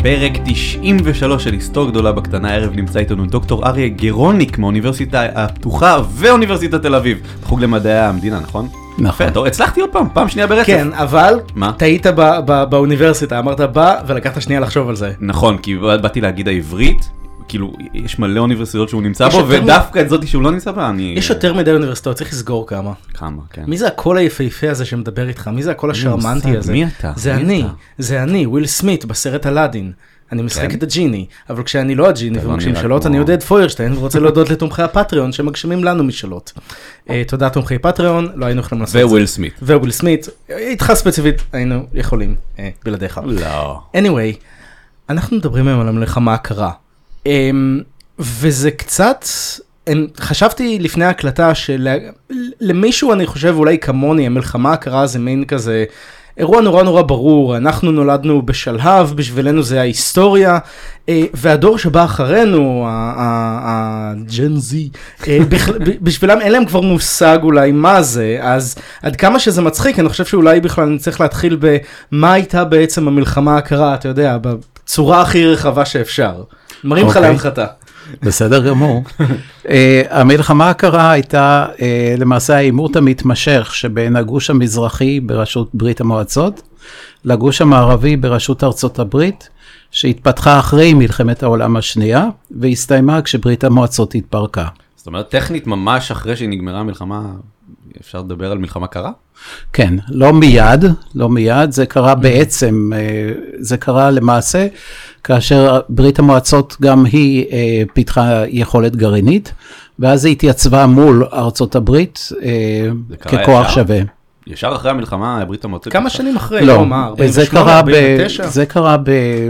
פרק 93 של היסטוריה גדולה בקטנה. הערב נמצא איתנו דוקטור אריה גרוניק מהאוניברסיטה הפתוחה ואוניברסיטת תל אביב, בחוג למדעי המדינה, נכון? נכון. הצלחתי עוד פעם שנייה ברצף. כן, אבל טעית באוניברסיטה, אמרת בא ולקחת שנייה לחשוב על זה. נכון, כי באתי להגיד העברית, כאילו יש מלא אוניברסיטאות שהוא נמצא בו, ודווקא את זאתי שהוא לא נמצא בה, יש יותר מדי אוניברסיטאות, צריך לסגור כמה. כן. מי זה הקול היפהפה הזה שמדבר איתך? מי זה הקול השרמנטי הזה? מי אתה? זה אני, וויל סמית בסרט אלאדין. אני משחק את הג'יני, אבל כשאני לא הג'יני ומגשים שאלות, אני עודד פוירשטיין ורוצה להודות לתומכי הפטריון שמגשמים לנו משאלות. תודה תומכי פטריון, לא היינו יכולים לעשות את זה. וויל סמית, איתך ספציפית היינו יכולים בלעדיך. לא. anyway, אנחנו מדברים היום על המלחמה הקרה. וזה קצת, חשבתי לפני ההקלטה שלמישהו אני חושב אולי כמוני, המלחמה הקרה זה מין כזה, אירוע נורא ברור, אנחנו נולדנו בשלהב, בשבילנו זה ההיסטוריה, והדור שבא אחרינו, הג'ן זי, בשבילם אין להם כבר מושג אולי מה זה, אז עד כמה שזה מצחיק, אני חושב שאולי בכלל נצטרך להתחיל במה הייתה בעצם המלחמה הקרה, אתה יודע, בצורה הכי רחבה שאפשר. מרים לך להנחתה. בסדר גמור. המלחמה הקרה הייתה למעשה העימות המתמשך שבין הגוש המזרחי בראשות ברית המועצות, לגוש המערבי בראשות ארצות הברית, שהתפתחה אחרי מלחמת העולם השנייה, והסתיימה כשברית המועצות התפרקה. זאת אומרת, טכנית ממש אחרי שנגמרה המלחמה, אפשר לדבר על מלחמה קרה? כן, לא מיד, זה קרה בעצם, זה קרה למעשה, כאשר ברית המועצות גם היא פיתחה יכולת גרעינית, ואז היא התייצבה מול ארצות הברית ככוח שווה. ישר אחרי המלחמה, ברית המועצות... כמה שנים אחרי? לא, זה קרה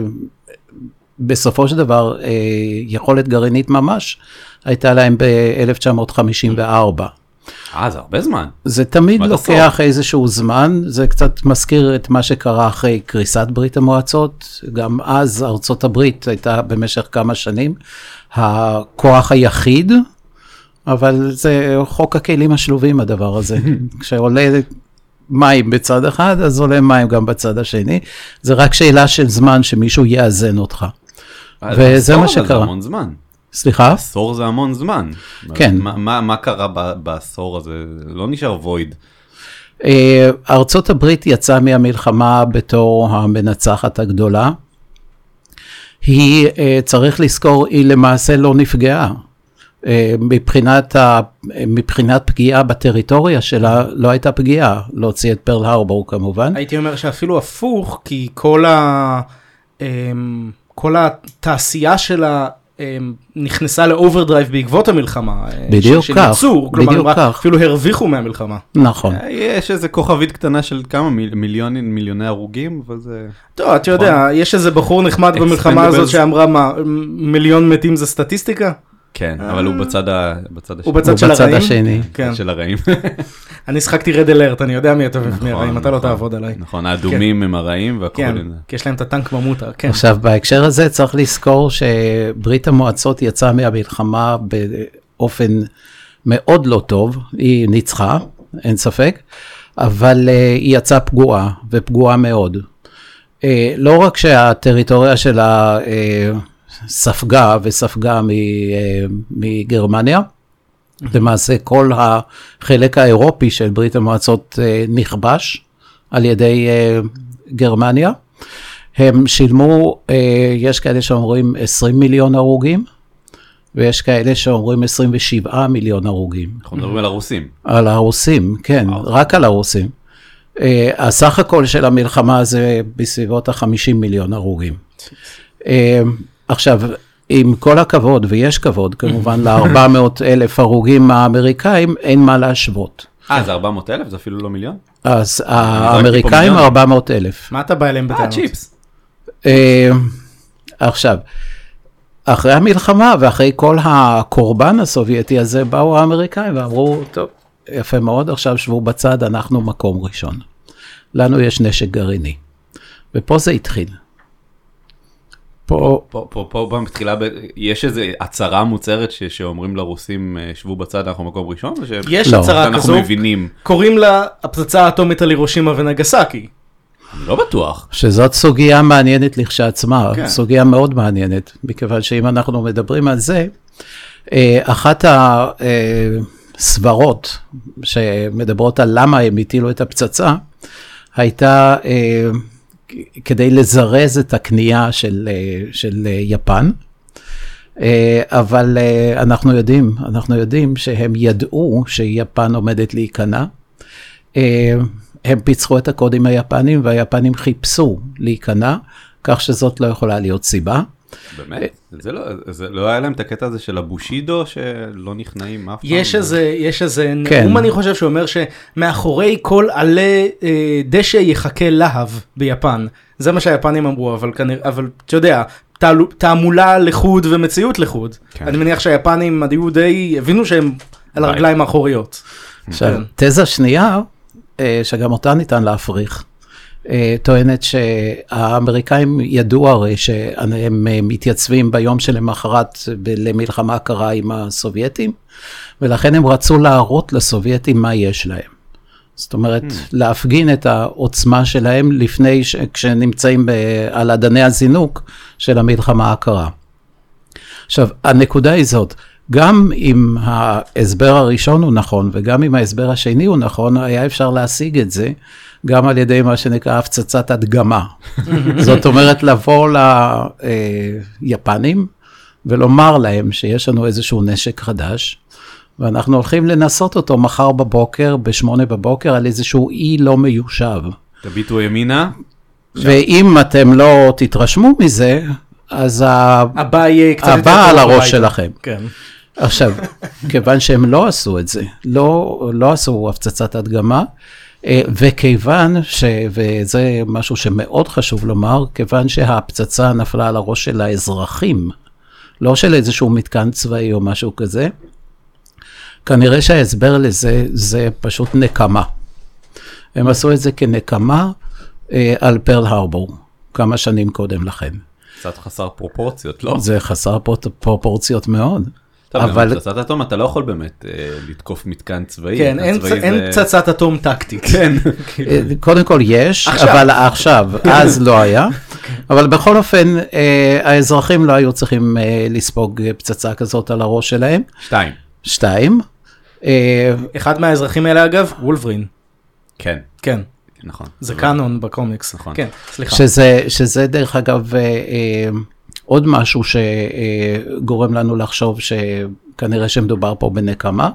בסופו של דבר, יכולת גרעינית ממש, הייתה להם ב-1954. זה הרבה זמן. זה תמיד לוקח איזשהו זמן, זה קצת מזכיר את מה שקרה אחרי קריסת ברית המועצות, גם אז ארצות הברית הייתה במשך כמה שנים, הכוח היחיד, אבל זה חוק הכלים השלובים הדבר הזה, כשעולה מים בצד אחד, אז עולה מים גם בצד השני, זה רק שאלה של זמן שמישהו יאזן אותך, וזה מה שקרה. זה המון זמן. סליחה? עשור זה המון זמן. כן. מה קרה בעשור הזה? לא נשאר וויד. ארצות הברית יצאה מהמלחמה בתור המנצחת הגדולה. היא, צריך לזכור, היא למעשה לא נפגעה. מבחינת פגיעה בטריטוריה שלה, לא הייתה פגיעה. להוציא את פרל הרבור כמובן. הייתי אומר שאפילו הפוך, כי כל התעשייה שלה, נכנסה לאוברדרייב בעקבות המלחמה. בדיוק כך. כלומר, אפילו הרוויחו מהמלחמה. נכון. יש איזה כוכבית קטנה של כמה מיליוני הרוגים, אבל זה... טוב, אתה יודע, יש איזה בחור נחמד במלחמה הזאת שאמרה, מה, מיליון מתים זה סטטיסטיקה? כן, אבל הוא בצד השני. הוא בצד של הרעים? כן. של הרעים. אני שחקתי רד אלרט, אני יודע מי הטוב מי הרעים, אתה לא תעבוד עליי. נכון, האדומים הם הרעים והכל. כן, כי יש להם את הטנק ממוטה. עכשיו, בהקשר הזה צריך לזכור שברית המועצות יצאה מהמלחמה באופן מאוד לא טוב, היא ניצחה, אין ספק, אבל היא יצאה פגועה, ופגועה מאוד. לא רק שהטריטוריה שלה ספגה מגרמניה, למעשה כל החלק האירופי של ברית המועצות נכבש על ידי גרמניה. הם שילמו, יש כאלה שאומרים 20 מיליון הרוגים, ויש כאלה שאומרים 27 מיליון הרוגים. אנחנו מדברים על הרוסים. על הרוסים, כן, רק על הרוסים. הסך הכל של המלחמה זה בסביבות ה-50 מיליון הרוגים. עכשיו, עם כל הכבוד, ויש כבוד כמובן ל-400,000 הרוגים האמריקאים, אין מה להשוות. זה 400,000? זה אפילו לא מיליון? אז האמריקאים 400,000. מה אתה בא אליהם בטענות? צ'יפס. עכשיו, אחרי המלחמה ואחרי כל הקורבן הסובייטי הזה, באו האמריקאים ואמרו, טוב, יפה מאוד, עכשיו שבו בצד, אנחנו מקום ראשון. לנו יש נשק גרעיני. ופה זה התחיל. פה מתחילה, יש איזו הצהרה מוצהרת שאומרים לרוסים, שבו בצד, אנחנו מקום ראשון? יש הצהרה כזו, קוראים לה הפצצה האטומית על הירושימה ונגסקי. אני לא בטוח. שזאת סוגיה מעניינת לכשעצמה, סוגיה מאוד מעניינת, מכיוון שאם אנחנו מדברים על זה, אחת הסברות שמדברות על למה הם הטילו את הפצצה, הייתה כדי לזרז את הקנייה של יפן, אבל אנחנו יודעים שהם ידעו שיפן עומדת להיכנע, הם פיצחו את הקודים היפנים, והיפנים חיפשו להיכנע, כך שזאת לא יכולה להיות סיבה. באמת? זה לא היה להם את הקטע הזה של הבושידו, שלא נכנעים אף פעם? יש איזה נאום, אני חושב, שאומר שמאחורי כל עלה דשא יחכה להב ביפן. זה מה שהיפנים אמרו, אבל אתה יודע, תעמולה לחוד ומציאות לחוד. אני מניח שהיפנים הבינו שהם על הרגליים האחוריות. עכשיו, תזה שנייה, שגם אותה ניתן להפריך, טוענת שהאמריקאים ידעו הרי שהם מתייצבים ביום שלמחרת למלחמה קרה עם הסובייטים, ולכן הם רצו להראות לסובייטים מה יש להם. זאת אומרת, להפגין את העוצמה שלהם לפני כשנמצאים על אדני הזינוק של המלחמה הקרה. עכשיו, הנקודה היא זאת, גם אם ההסבר הראשון הוא נכון, וגם אם ההסבר השני הוא נכון, היה אפשר להשיג את זה, גם על ידי מה שנקרא הפצצת הדגמה. זאת אומרת, לבוא ליפנים, ולומר להם שיש לנו איזשהו נשק חדש, ואנחנו הולכים לנסות אותו מחר בבוקר, ב8 בבוקר, על איזשהו אי לא מיושב. תביטו ימינה. ואם אתם לא תתרשמו מזה, אז הבא על הראש שלכם. כן. עכשיו, כיוון שהם לא עשו את זה, לא עשו הפצצת הדגמה, וכיוון וזה משהו שמאוד חשוב לומר, כיוון שהפצצה נפלה על הראש של האזרחים, לא של איזשהו מתקן צבאי או משהו כזה, כנראה שההסבר לזה זה פשוט נקמה. הם עשו את זה כנקמה על פרל הרבור, כמה שנים קודם לכן. קצת חסר פרופורציות, לא? זה חסר פרופורציות מאוד. טוב, אבל פצצת אטום אתה לא יכול באמת לתקוף מתקן צבאי. כן, אין פצצת אטום טקטית. כן. קודם כל יש, אבל עכשיו, אז לא היה. אבל בכל אופן, האזרחים לא היו צריכים לספוג פצצה כזאת על הראש שלהם. 2. אחד מהאזרחים האלה אגב, וולברין. כן. כן. נכון. זה קאנון בקומיקס. נכון. כן, סליחה. שזה דרך אגב עוד משהו שגורם לנו לחשוב שכנראה שמדובר פה בנקמה.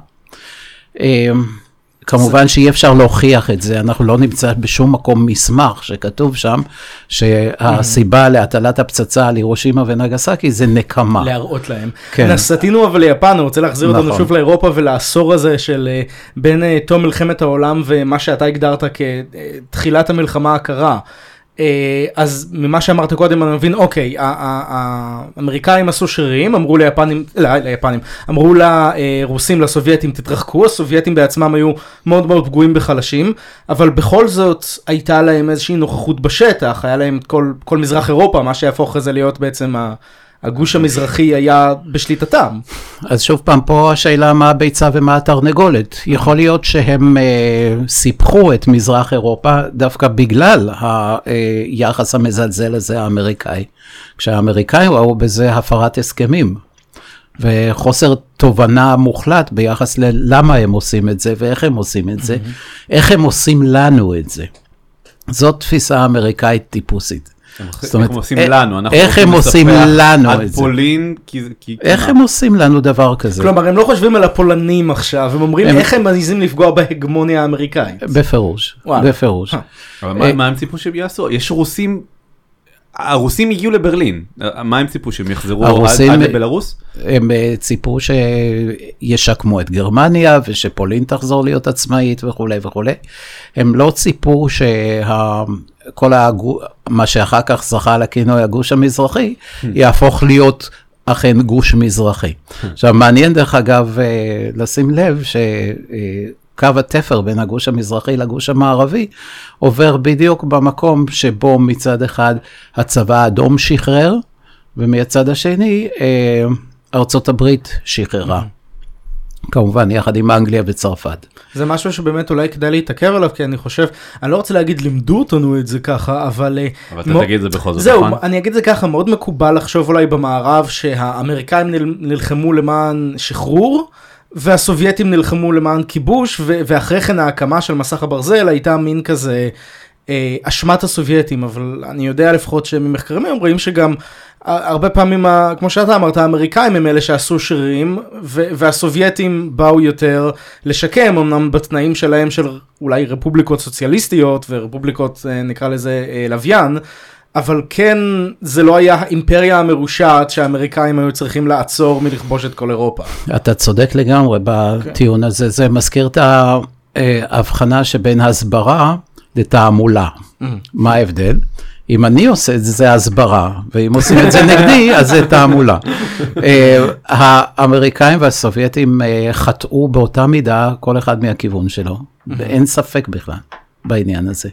כמובן שאי אפשר להוכיח את זה, אנחנו לא נמצא בשום מקום מסמך שכתוב שם שהסיבה להטלת הפצצה על הירושימה ונגסקי זה נקמה. להראות להם. נסעתינו אבל ליפן, הוא רוצה להחזיר אותנו שוב לאירופה ולעשור הזה של בין תום מלחמת העולם ומה שאתה הגדרת כתחילת המלחמה הקרה. אז ממה שאמרת קודם אני מבין, אוקיי, האמריקאים עשו שרירים, אמרו ליפנים, אמרו לרוסים, לסובייטים, תתרחקו, הסובייטים בעצמם היו מאוד מאוד פגועים בחלשים, אבל בכל זאת הייתה להם איזושהי נוכחות בשטח, היה להם כל מזרח אירופה, מה שיהפוך את זה להיות בעצם הגוש המזרחי היה בשליטתם. אז שוב פעם, פה השאלה מה הביצה ומה התרנגולת. יכול להיות שהם סיפחו את מזרח אירופה דווקא בגלל היחס המזלזל הזה האמריקאי. כשהאמריקאים ראו בזה הפרת הסכמים, וחוסר תובנה מוחלט ביחס ללמה הם עושים את זה ואיך הם עושים את זה, איך הם עושים לנו את זה. זאת תפיסה אמריקאית טיפוסית. איך הם עושים לנו? איך הם עושים לנו עד פולין? איך הם עושים לנו דבר כזה? כלומר, הם לא חושבים על הפולנים עכשיו, הם אומרים איך הם מעזים לפגוע בהגמוניה האמריקאית. בפירוש, בפירוש. אבל מה הם ציפו שהם יעשו? יש רוסים, הרוסים הגיעו לברלין, מה הם ציפו שהם יחזרו עד לבלרוס? הם ציפו שישקמו את גרמניה ושפולין תחזור להיות עצמאית וכו' וכו'. הם לא ציפו כל מה שאחר כך זכה לכינוי הגוש המזרחי, יהפוך להיות אכן גוש מזרחי. עכשיו, מעניין דרך אגב לשים לב שקו התפר בין הגוש המזרחי לגוש המערבי, עובר בדיוק במקום שבו מצד אחד הצבא האדום שחרר, ומצד השני ארצות הברית שחררה. כמובן, יחד עם אנגליה וצרפת. זה משהו שבאמת אולי כדאי להתעכב עליו, כי אני חושב, אני לא רוצה להגיד לימדו אותנו את זה ככה, אבל... אבל אתה תגיד את זה בכל זאת, זהו, נכון? אני אגיד את זה ככה, מאוד מקובל לחשוב אולי במערב, שהאמריקאים נלחמו למען שחרור, והסובייטים נלחמו למען כיבוש, ואחרי כן ההקמה של מסך הברזל הייתה מין כזה אשמת הסובייטים, אבל אני יודע לפחות שממחקרים אומרים שגם הרבה פעמים, כמו שאתה אמרת, האמריקאים הם אלה שעשו שרירים, והסובייטים באו יותר לשקם, אמנם בתנאים שלהם של אולי רפובליקות סוציאליסטיות, ורפובליקות נקרא לזה לוויין, אבל כן, זה לא היה האימפריה המרושעת שהאמריקאים היו צריכים לעצור מלכבוש את כל אירופה. אתה צודק לגמרי בטיעון הזה, זה מזכיר את ההבחנה שבין הסברה לתעמולה. מה ההבדל? אם אני עושה את זה, זה הסברה, ואם עושים את זה נגדי, אז זה תעמולה. האמריקאים והסובייטים חטאו באותה מידה, כל אחד מהכיוון שלו, ואין ספק בכלל בעניין הזה.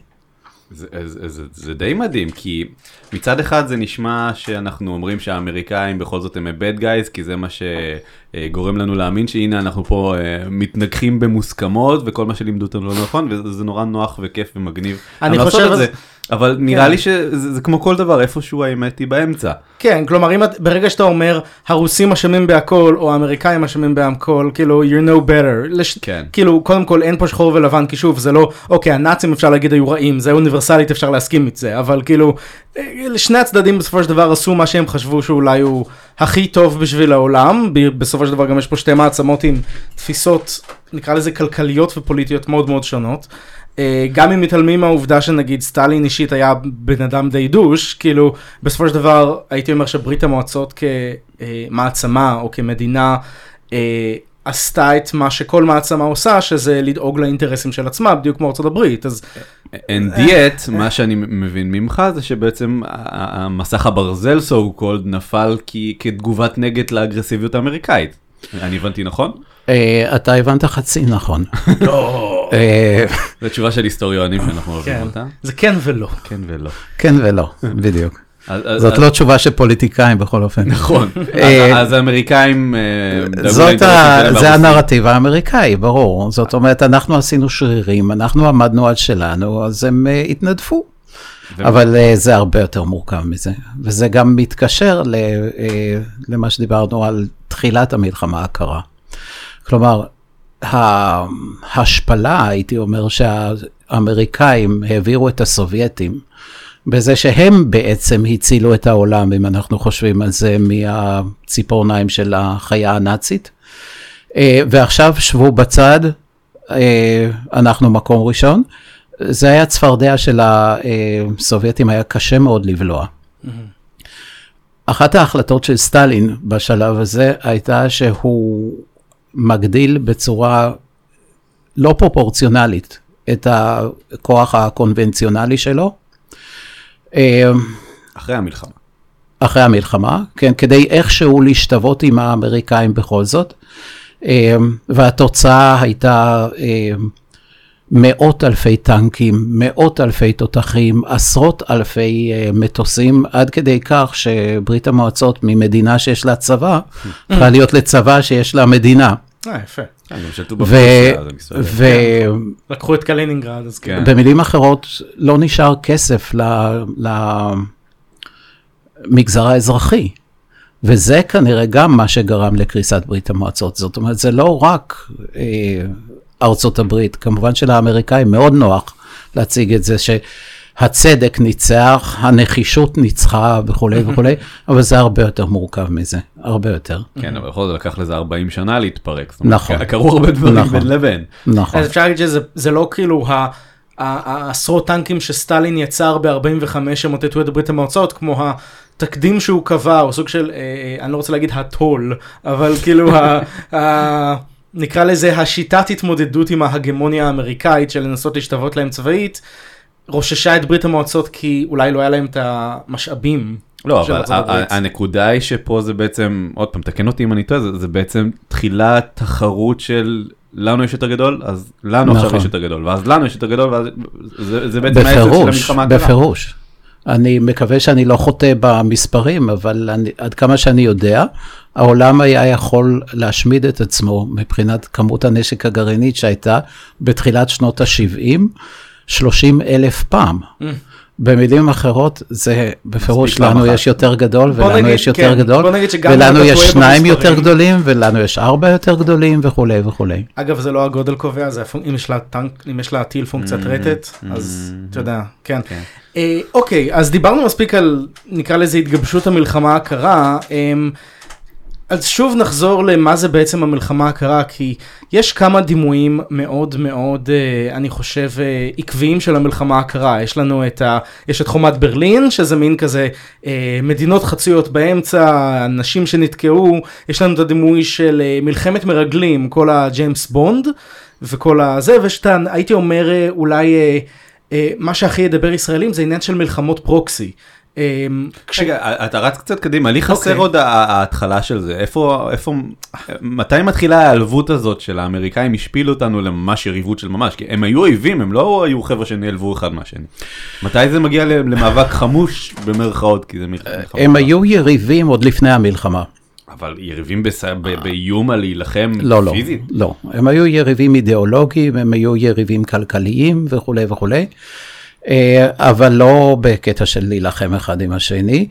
זה די מדהים, כי מצד אחד זה נשמע שאנחנו אומרים שהאמריקאים בכל זאת הם bad guys, כי זה מה שגורם לנו להאמין שהנה אנחנו פה מתנגחים במוסכמות, וכל מה שלימדו אותנו לא נכון, וזה נורא נוח וכיף ומגניב. אני חושב את זה. אבל נראה לי שזה כמו כל דבר, איפשהו האמת היא באמצע. כן, כלומר, ברגע שאתה אומר, הרוסים אשמים בהכל, או האמריקאים אשמים בהכל, כאילו, you're no better. כן. כאילו, קודם כל, אין פה שחור ולבן, כי שוב, זה לא, אוקיי, הנאצים אפשר להגיד היו רעים, זה אוניברסלית, אפשר להסכים את זה, אבל כאילו, שני הצדדים בסופו של דבר עשו מה שהם חשבו שאולי הוא הכי טוב בשביל העולם, בסופו של דבר גם יש פה שתי מעצמות עם תפיסות, נקרא לזה כלכליות ופוליטיות מאוד מאוד שונות. גם אם מתעלמים מהעובדה שנגיד סטלין אישית היה בן אדם די דוש, כאילו בסופו של דבר הייתי אומר שברית המועצות כמעצמה או כמדינה עשתה את מה שכל מעצמה עושה, שזה לדאוג לאינטרסים של עצמה, בדיוק כמו ארצות הברית. אז And yet, מה שאני מבין ממך זה שבעצם המסך הברזל so called נפל כתגובת נגד לאגרסיביות האמריקאית. אני הבנתי נכון? אתה הבנת חצי נכון. לא. זו תשובה של היסטוריונים שאנחנו אוהבים אותה. זה כן ולא. כן ולא. כן ולא, בדיוק. זאת לא תשובה של פוליטיקאים בכל אופן. נכון. אז האמריקאים... זה הנרטיב האמריקאי, ברור. זאת אומרת, אנחנו עשינו שרירים, אנחנו עמדנו על שלנו, אז הם התנדפו. אבל זה הרבה יותר מורכב מזה. וזה גם מתקשר למה שדיברנו על תחילת המלחמה הקרה. כלומר, ההשפלה, הייתי אומר, שהאמריקאים העבירו את הסובייטים, בזה שהם בעצם הצילו את העולם, אם אנחנו חושבים על זה, מהציפורניים של החיה הנאצית. ועכשיו שבו בצד, אנחנו מקום ראשון. זה היה צפרדע של הסובייטים, היה קשה מאוד לבלוע. אחת ההחלטות של סטלין בשלב הזה, הייתה שהוא מגדיל בצורה לא פרופורציונלית את הכוח הקונבנציונלי שלו. אחרי המלחמה. אחרי המלחמה, כן, כדי איכשהו להשתוות עם האמריקאים בכל זאת. והתוצאה הייתה מאות אלפי טנקים, מאות אלפי תותחים, עשרות אלפי מטוסים, עד כדי כך שברית המועצות ממדינה שיש לה צבא, צריכה להיות לצבא שיש לה מדינה. יפה. לקחו את קלינינגרד, אז כן. במילים אחרות, לא נשאר כסף למגזר האזרחי. וזה כנראה גם מה שגרם לקריסת ברית המועצות. זאת אומרת, זה לא רק ארצות הברית, כמובן שלאמריקאים מאוד נוח להציג את זה, שהצדק ניצח, הנחישות ניצחה וכו' וכו', אבל זה הרבה יותר מורכב מזה, הרבה יותר. כן, אבל יכול לקח לזה 40 שנה להתפרק. נכון. קרו הרבה דברים בין לבין. נכון. אז אפשר להגיד שזה לא כאילו העשרות טנקים שסטלין יצר ב-45 שמוטטו את ברית המועצות, כמו התקדים שהוא קבע, או סוג של, אני לא רוצה להגיד הטול, אבל כאילו נקרא לזה השיטת התמודדות עם ההגמוניה האמריקאית של לנסות להשתוות להם צבאית, רוששה את ברית המועצות כי אולי לא היה להם את המשאבים. לא, אבל הנקודה היא שפה זה בעצם, עוד פעם, תקן אותי אם אני טועה, זה בעצם תחילת תחרות של לנו יש יותר גדול, אז לנו עכשיו יש יותר גדול, ואז לנו יש יותר גדול, ואז זה בעצם העצת של המלחמה הקרה. בפירוש. אני מקווה שאני לא חוטא במספרים, אבל עד כמה שאני יודע, העולם היה יכול להשמיד את עצמו מבחינת כמות הנשק הגרעינית שהייתה בתחילת שנות ה-70, 30,000 פעם. במילים אחרות, זה בפירוש לנו יש יותר גדול, ולנו יש יותר גדול, ולנו יש 2 יותר גדולים, ולנו יש 4 יותר גדולים, וכולי וכולי. אגב, זה לא הגודל קובע, זה אם יש לה טיל פונקציית רטט, אז אתה יודע, כן. אוקיי, אז דיברנו מספיק על, נקרא לזה, התגבשות המלחמה הקרה, אז שוב נחזור למה זה בעצם המלחמה הקרה, כי יש כמה דימויים מאוד מאוד, אני חושב, עקביים של המלחמה הקרה. יש לנו יש את חומת ברלין, שזה מין כזה מדינות חצויות באמצע, אנשים שנתקעו, יש לנו את הדימוי של מלחמת מרגלים, כל הג'יימס בונד, וכל הזה, הייתי אומר, אולי מה שהכי ידבר ישראלים זה עניין של מלחמות פרוקסי. רגע, אתה רץ קצת קדימה, לי חסר עוד ההתחלה של זה, מתי מתחילה ההיעלבות הזאת של האמריקאים השפילו אותנו לממש יריבות של ממש, כי הם היו אויבים, הם לא היו חבר'ה שנעלבו אחד מהשני. מתי זה מגיע למאבק חמוש במרכאות, כי זה מלחמה? הם היו יריבים עוד לפני המלחמה. אבל יריבים באיום על להילחם פיזית? לא, הם היו יריבים אידיאולוגיים, הם היו יריבים כלכליים וכולי וכולי. אבל לא בקטע של להילחם אחד עם השני.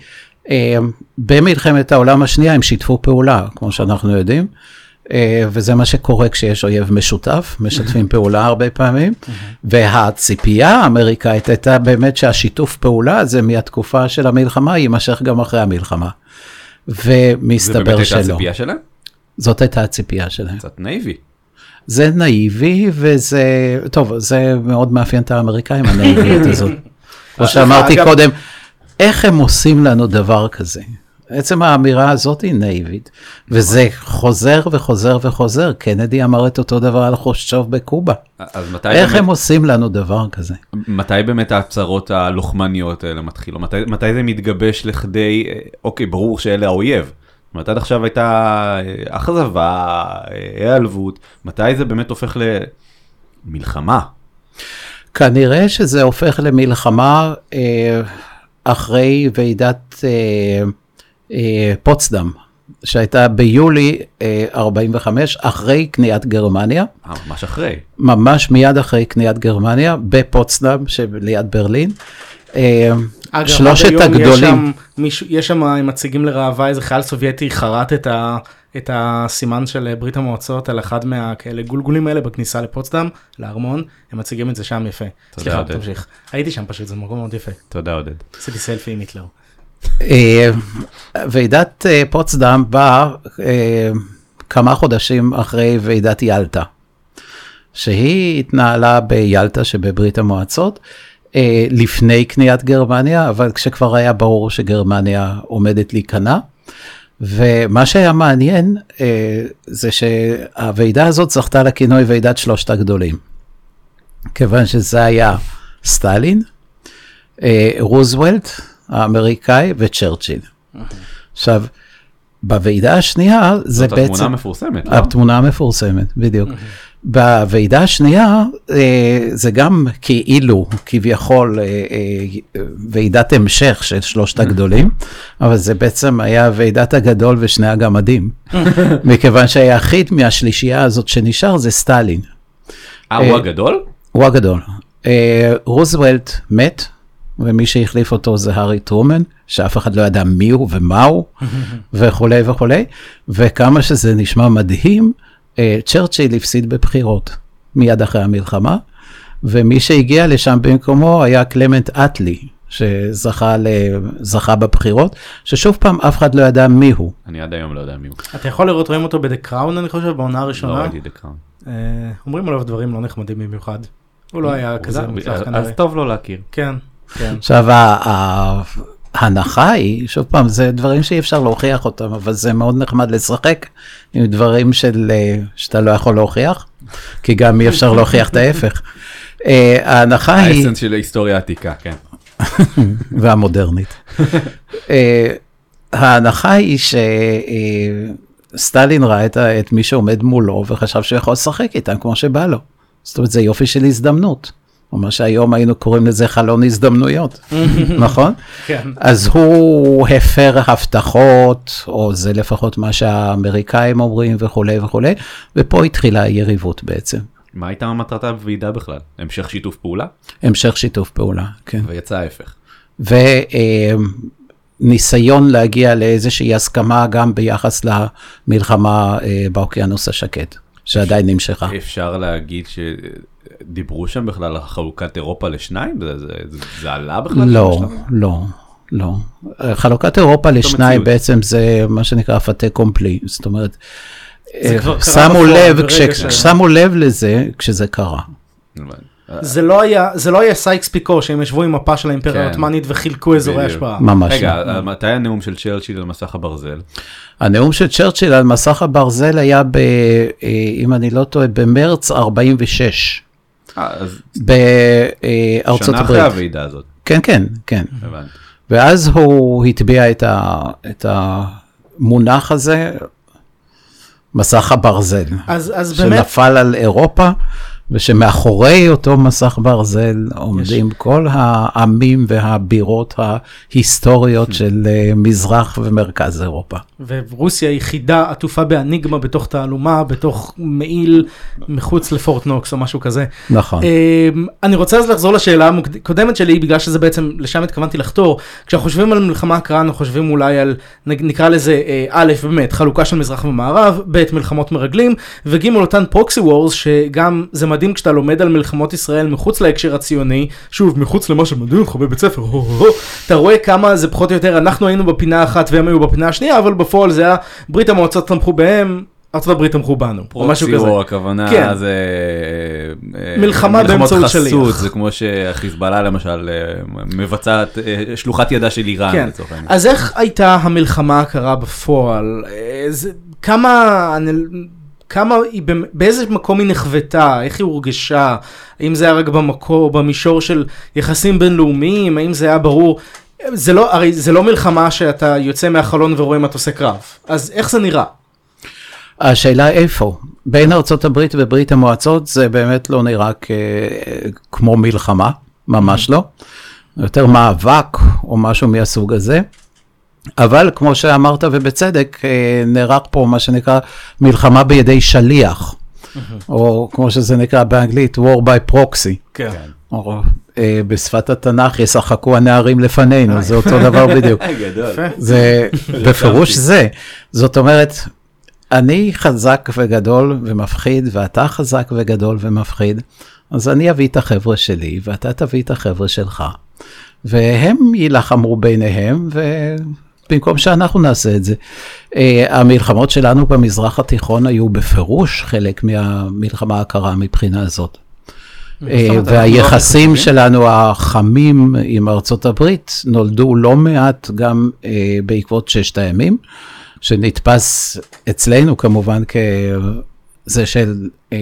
במלחמת העולם השנייה הם שיתפו פעולה, כמו שאנחנו יודעים, וזה מה שקורה כשיש אויב משותף, משתפים פעולה הרבה פעמים, והציפייה האמריקאית הייתה באמת שהשיתוף פעולה הזה מהתקופה של המלחמה יימשך גם אחרי המלחמה. ומסתבר שלא. זה באמת הייתה הציפייה שלהם? זאת הייתה הציפייה שלהם. קצת נאיבי. זה נאיבי, וזה, טוב, זה מאוד מאפיין את האמריקאים, הנאיביות הזאת. כמו שאמרתי קודם, איך הם עושים לנו דבר כזה? בעצם האמירה הזאת היא נאיבית, וזה חוזר וחוזר וחוזר. קנדי אמר את אותו דבר על חושצ'וב בקובה. איך הם עושים לנו דבר כזה? מתי באמת ההצהרות הלוחמניות האלה מתחילות? מתי זה מתגבש לכדי, אוקיי, ברור שאלה האויב. עד עכשיו הייתה אכזבה, העלבות, מתי זה באמת הופך למלחמה? כנראה שזה הופך למלחמה אחרי ועידת פוצדם, שהייתה ביולי 45, אחרי קניית גרמניה. ממש אחרי. ממש מיד אחרי קניית גרמניה, בפוצדם שליד ברלין. שלושת הגדולים. יש שם, הם מציגים לראווה, איזה חייל סובייטי חרט את הסימן של ברית המועצות על אחד מהכאלה גולגולים האלה בכניסה לפוצדם, לארמון, הם מציגים את זה שם יפה. סליחה, תמשיך. הייתי שם פשוט, זה מקום מאוד יפה. תודה עודד. עשיתי סלפי עם היטלר. ועידת פוצדם באה כמה חודשים אחרי ועידת ילטה, שהיא התנהלה ביילטה שבברית המועצות, לפני קניית גרמניה, אבל כשכבר היה ברור שגרמניה עומדת להיכנע, ומה שהיה מעניין זה שהוועידה הזאת זכתה לכינוי ועידת שלושת הגדולים, כיוון שזה היה סטלין, רוזוולט האמריקאי וצ'רצ'יל. עכשיו, בוועידה השנייה זה בעצם... זאת התמונה המפורסמת, לא? התמונה המפורסמת, בדיוק. בוועידה השנייה זה גם כאילו כביכול ועידת המשך של שלושת הגדולים, אבל זה בעצם היה ועידת הגדול ושני הגמדים, מכיוון שהיחיד מהשלישייה הזאת שנשאר זה סטלין. הוא הגדול? הוא הגדול. רוזוולט מת, ומי שהחליף אותו זה הארי טרומן, שאף אחד לא ידע מי הוא ומה הוא, וכולי וכולי, וכמה שזה נשמע מדהים, צ'רצ'יל הפסיד בבחירות, מיד אחרי המלחמה, ומי שהגיע לשם במקומו היה קלמנט אטלי, שזכה בבחירות, ששוב פעם אף אחד לא ידע מי הוא. אני עד היום לא יודע מי הוא. אתה יכול לראות, רואים אותו ב"דה קראון", אני חושב, בעונה הראשונה. לא ראיתי "דה קראון". אומרים עליו דברים לא נחמדים במיוחד. הוא לא היה כזה מוצלח כנראה. אז טוב לא להכיר. כן, כן. עכשיו, ההנחה היא, שוב פעם, זה דברים שאי אפשר להוכיח אותם, אבל זה מאוד נחמד לשחק עם דברים שאתה לא יכול להוכיח, כי גם אי אפשר להוכיח את ההפך. ההנחה היא... האסנס של ההיסטוריה העתיקה, כן. והמודרנית. ההנחה היא שסטלין ראה את מי שעומד מולו, וחשב שהוא יכול לשחק איתם כמו שבא לו. זאת אומרת, זה יופי של הזדמנות. או מה שהיום היינו קוראים לזה חלון הזדמנויות, נכון? כן. אז הוא הפר הבטחות, או זה לפחות מה שהאמריקאים אומרים וכולי וכולי, ופה התחילה היריבות בעצם. מה הייתה מטרתה בוועידה בכלל? המשך שיתוף פעולה? המשך שיתוף פעולה, כן. ויצא ההפך. וניסיון להגיע לאיזושהי הסכמה גם ביחס למלחמה באוקיינוס השקט, שעדיין נמשכה. אפשר להגיד שדיברו שם בכלל על חלוקת אירופה לשניים? זה עלה בכלל? לא. חלוקת אירופה לשניים בעצם זה מה שנקרא פאטה קומפלי, זאת אומרת, שמו לב לזה כשזה קרה. זה לא היה סייקס פיקו שהם ישבו עם מפה של האימפריה העות'מאנית וחילקו אזורי השפעה. ממש. רגע, מתי הנאום של צ'רצ'יל על מסך הברזל? הנאום של צ'רצ'יל על מסך הברזל היה, אם אני לא טועה, במרץ 46. בארצות הברית. שנה אחרי הוועידה הזאת. כן. הבנתי. ואז הוא הטביע את המונח הזה, מסך הברזל, שנפל על אירופה, ושמאחורי אותו מסך ברזל עומדים כל העמים והבירות ההיסטוריות של מזרח ומרכז אירופה. ורוסיה היא חידה עטופה באניגמה בתוך תעלומה, בתוך מעיל מחוץ לפורט נוקס או משהו כזה. נכון. אני רוצה אז לחזור לשאלה הקודמת שלי, בגלל שזה בעצם, לשם התכוונתי לחתור. כשאנחנו חושבים על מלחמה הקרה, אנחנו חושבים אולי על, נקרא לזה, א', באמת, חלוקה של מזרח ומערב, ב', מלחמות מרגלים, וג' אותן פרוקסי וורס, שגם זה מדהים כשאתה לומד על מלחמות ישראל מחוץ להקשר הציוני, שוב, מחוץ למה שמדהים אותך בבית ספר, אתה רואה כמה זה פחות או יותר, אנחנו היינו בפינה אחת והם היו בפינה השנייה, אבל בפועל זה היה, ברית המועצות תמכו בהם, ארצות הברית תמכו בנו, או משהו כזה. פרוקסי, הכוונה זה מלחמה באמצעות שליח. חסות, זה כמו שהחיזבאללה למשל מבצעת שלוחת ידה של איראן. כן, אז איך הייתה המלחמה הקרה בפועל? באיזה מקום היא נחוותה, איך היא הורגשה, האם זה היה רק במישור של יחסים בינלאומיים, האם זה היה ברור, הרי זה לא מלחמה שאתה יוצא מהחלון ורואה מטוסי קרב, אז איך זה נראה? השאלה איפה, בין ארצות הברית וברית המועצות זה באמת לא נראה כמו מלחמה, ממש לא, יותר מאבק או משהו מהסוג הזה, אבל כמו שאמרת ובצדק, נערך פה מה שנקרא מלחמה בידי שליח, או כמו שזה נקרא באנגלית, war by proxy. כן. או בשפת התנ"ך ישחקו הנערים לפנינו, זה אותו דבר בדיוק. זה בפירוש זה. זאת אומרת, אני חזק וגדול ומפחיד, ואתה חזק וגדול ומפחיד, אז אני אביא את החבר'ה שלי, ואתה תביא את החבר'ה שלך, והם יילחמו ביניהם, במקום שאנחנו נעשה את זה. המלחמות שלנו במזרח התיכון היו בפירוש חלק מהמלחמה הקרה מבחינה הזאת. והיחסים שלנו החמים עם ארצות הברית נולדו לא מעט גם בעקבות ששת הימים, שנתפס אצלנו כמובן כזה של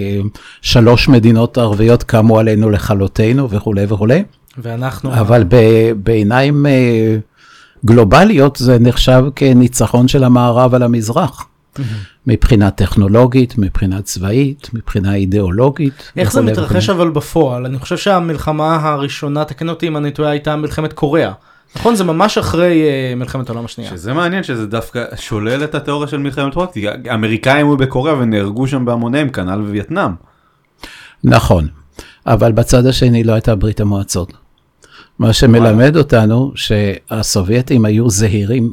3 מדינות ערביות קמו עלינו לכלותנו וכו' וכו'. אבל בעיניים גלובליות זה נחשב כניצחון של המערב על המזרח. מבחינה טכנולוגית, מבחינה צבאית, מבחינה אידיאולוגית. איך זה מתרחש אבל בפועל? אני חושב שהמלחמה הראשונה, תקן אותי אם אני טועה, הייתה מלחמת קוריאה. נכון, זה ממש אחרי מלחמת העולם השנייה. שזה מעניין שזה דווקא שולל את התיאוריה של מלחמת פרוקסי. האמריקאים היו בקוריאה ונהרגו שם בהמוניהם, כנ"ל בווייטנאם. נכון, אבל בצד השני לא הייתה ברית המועצות. מה שמלמד אותנו שהסובייטים היו זהירים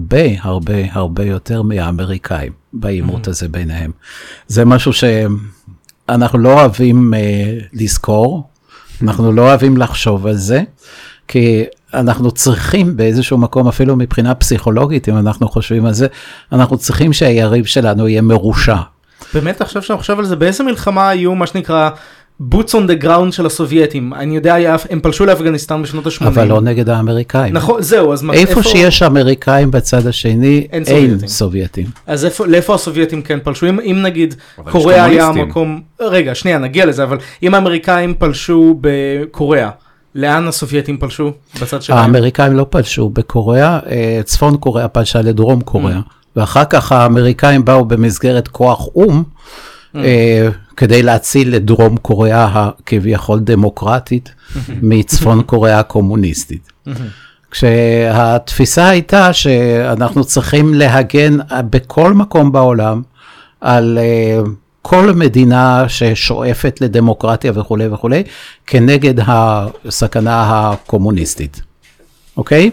הרבה יותר מהאמריקאים בעימות הזה ביניהם. זה משהו שאנחנו לא אוהבים לזכור, אנחנו לא אוהבים לחשוב על זה, כי אנחנו צריכים באיזשהו מקום, אפילו מבחינה פסיכולוגית, אם אנחנו חושבים על זה, אנחנו צריכים שהיריב שלנו יהיה מרושע. באמת, עכשיו שאני חושב על זה, באיזה מלחמה היו מה שנקרא boots on the ground של הסובייטים? אני יודע, הם פלשו לאפגניסטן בשנות ה-80. אבל לא נגד האמריקאים. נכון, זהו, אז איפה שיש אמריקאים בצד השני, אין סובייטים. אז לאיפה הסובייטים כן פלשו? אם נגיד קוריאה היה המקום, רגע, שנייה, נגיע לזה, אבל אם האמריקאים פלשו בקוריאה, לאן הסובייטים פלשו בצד שלהם? האמריקאים לא פלשו בקוריאה, צפון קוריאה פלשה לדרום קוריאה, ואחר כך האמריקאים באו במסגרת כוח אום, כדי להציל את דרום קוריאה הכביכול דמוקרטית מצפון קוריאה הקומוניסטית. כשהתפיסה הייתה שאנחנו צריכים להגן בכל מקום בעולם על כל מדינה ששואפת לדמוקרטיה וכו' וכו', כנגד הסכנה הקומוניסטית. אוקיי?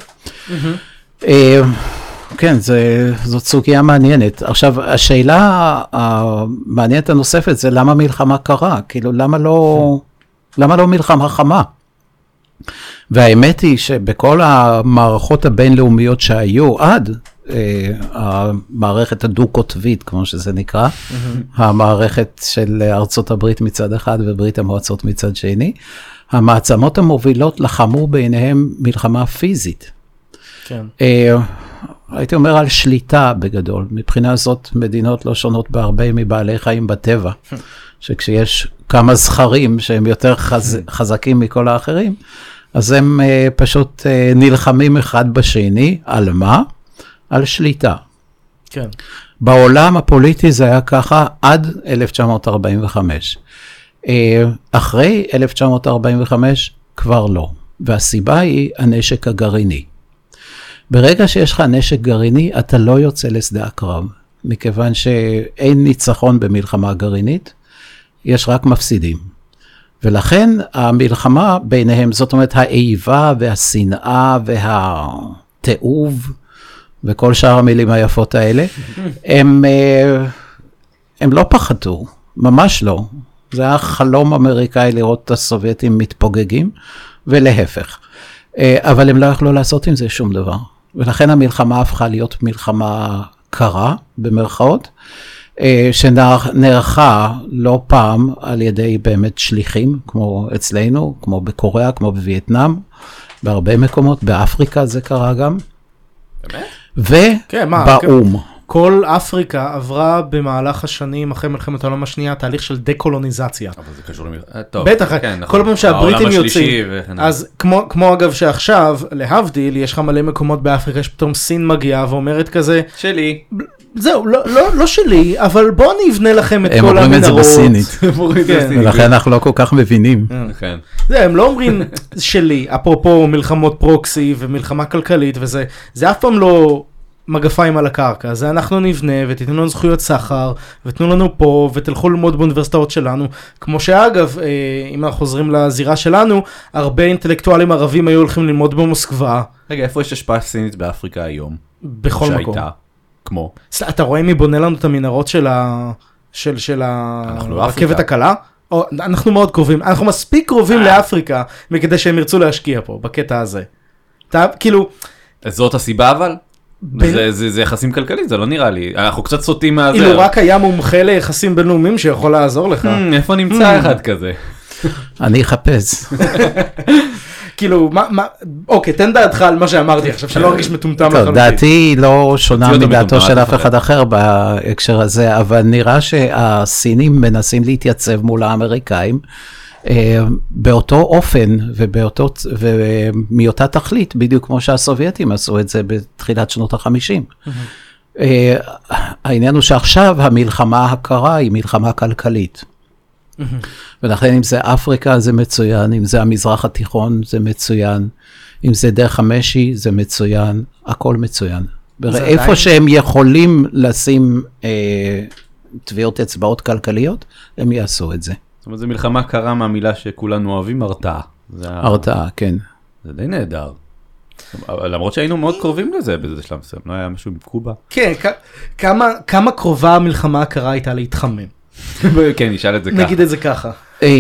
כן, זאת סוגיה מעניינת. עכשיו, השאלה המעניינת הנוספת זה למה מלחמה קרה? כאילו, למה לא מלחמה חמה? והאמת היא שבכל המערכות הבינלאומיות שהיו עד המערכת הדו-קוטבית, כמו שזה נקרא, המערכת של ארצות הברית מצד אחד וברית המועצות מצד שני, המעצמות המובילות לחמו ביניהם מלחמה פיזית. כן. הייתי אומר על שליטה בגדול. מבחינה זאת מדינות לא שונות בהרבה מבעלי חיים בטבע, שכשיש כמה זכרים שהם יותר חזקים מכל האחרים, אז הם פשוט נלחמים אחד בשני. על מה? על שליטה. כן. בעולם הפוליטי זה היה ככה עד 1945. אחרי 1945 כבר לא. והסיבה היא הנשק הגרעיני. ברגע שיש לך נשק גרעיני, אתה לא יוצא לשדה הקרב, מכיוון שאין ניצחון במלחמה גרעינית, יש רק מפסידים. ולכן המלחמה ביניהם, זאת אומרת האיבה והשנאה והתיעוב, וכל שאר המילים היפות האלה, הם לא פחדו, ממש לא. זה היה חלום אמריקאי לראות את הסובייטים מתפוגגים, ולהפך. אבל הם לא יכלו לעשות עם זה שום דבר. ולכן המלחמה הפכה להיות מלחמה קרה, במרכאות, שנערכה לא פעם על ידי באמת שליחים, כמו אצלנו, כמו בקוריאה, כמו בווייטנאם, בהרבה מקומות, באפריקה זה קרה גם. באמת? ובאום. כל אפריקה עברה במהלך השנים, אחרי מלחמת העולם השנייה, תהליך של דקולוניזציה. אבל זה קשור טוב. בטח, כל פעם שהבריטים יוצאים, אז כמו אגב שעכשיו, להבדיל, יש לך מלא מקומות באפריקה, שפתאום סין מגיעה ואומרת כזה, שלי. זהו, לא שלי, אבל בואו נבנה לכם את כל המנהרות. הם אומרים את זה בסינית, ולכן אנחנו לא כל כך מבינים. הם לא אומרים שלי, אפרופו מלחמות פרוקסי ומלחמה כלכלית וזה, זה אף פעם לא מגפיים על הקרקע, זה אנחנו נבנה ותתנו לנו זכויות סחר, ותנו לנו פה ותלכו ללמוד באוניברסיטאות שלנו, כמו שאגב, אם אנחנו חוזרים לזירה שלנו, הרבה אינטלקטואלים ערבים היו הולכים ללמוד במוסקבה. רגע, איפה יש השפעה סינית באפריקה היום? בכל מקום. שהייתה, כמו? אתה רואה מי בונה לנו את המנהרות של הרכבת הקלה? אנחנו מאוד קרובים, אנחנו מספיק קרובים לאפריקה, מכדי שהם ירצו להשקיע פה, בקטע הזה. כאילו... זאת הסיבה אבל? זה יחסים כלכליים, זה לא נראה לי. אנחנו קצת סוטים מהזה. אילו רק היה מומחה ליחסים בינלאומיים שיכול לעזור לך. איפה נמצא אחד כזה? אני אחפש. כאילו, אוקיי, תן דעתך על מה שאמרתי עכשיו, שאני לא ארגיש מטומטם לחלוטין. דעתי לא שונה מדעתו של אף אחד אחר בהקשר הזה, אבל נראה שהסינים מנסים להתייצב מול האמריקאים, באותו אופן ומאותה תכלית, בדיוק כמו שהסובייטים עשו את זה בתחילת שנות ה-50. העניין הוא שעכשיו המלחמה הקרה היא מלחמה כלכלית. ולכן אם זה אפריקה זה מצוין, אם זה המזרח התיכון זה מצוין, אם זה דרך המשי זה מצוין, הכל מצוין. איפה שהם יכולים לשים טביעות אצבעות כלכליות, הם יעשו את זה. זאת אומרת, זו מלחמה קרה מהמילה שכולנו אוהבים, הרתעה. הרתעה, כן. זה די נהדר. למרות שהיינו מאוד קרובים לזה באיזה שלב מסוים, לא היה משהו עם קובה. כן, כמה קרובה המלחמה הקרה הייתה להתחמם? כן, נשאל את זה ככה. נגיד את זה ככה.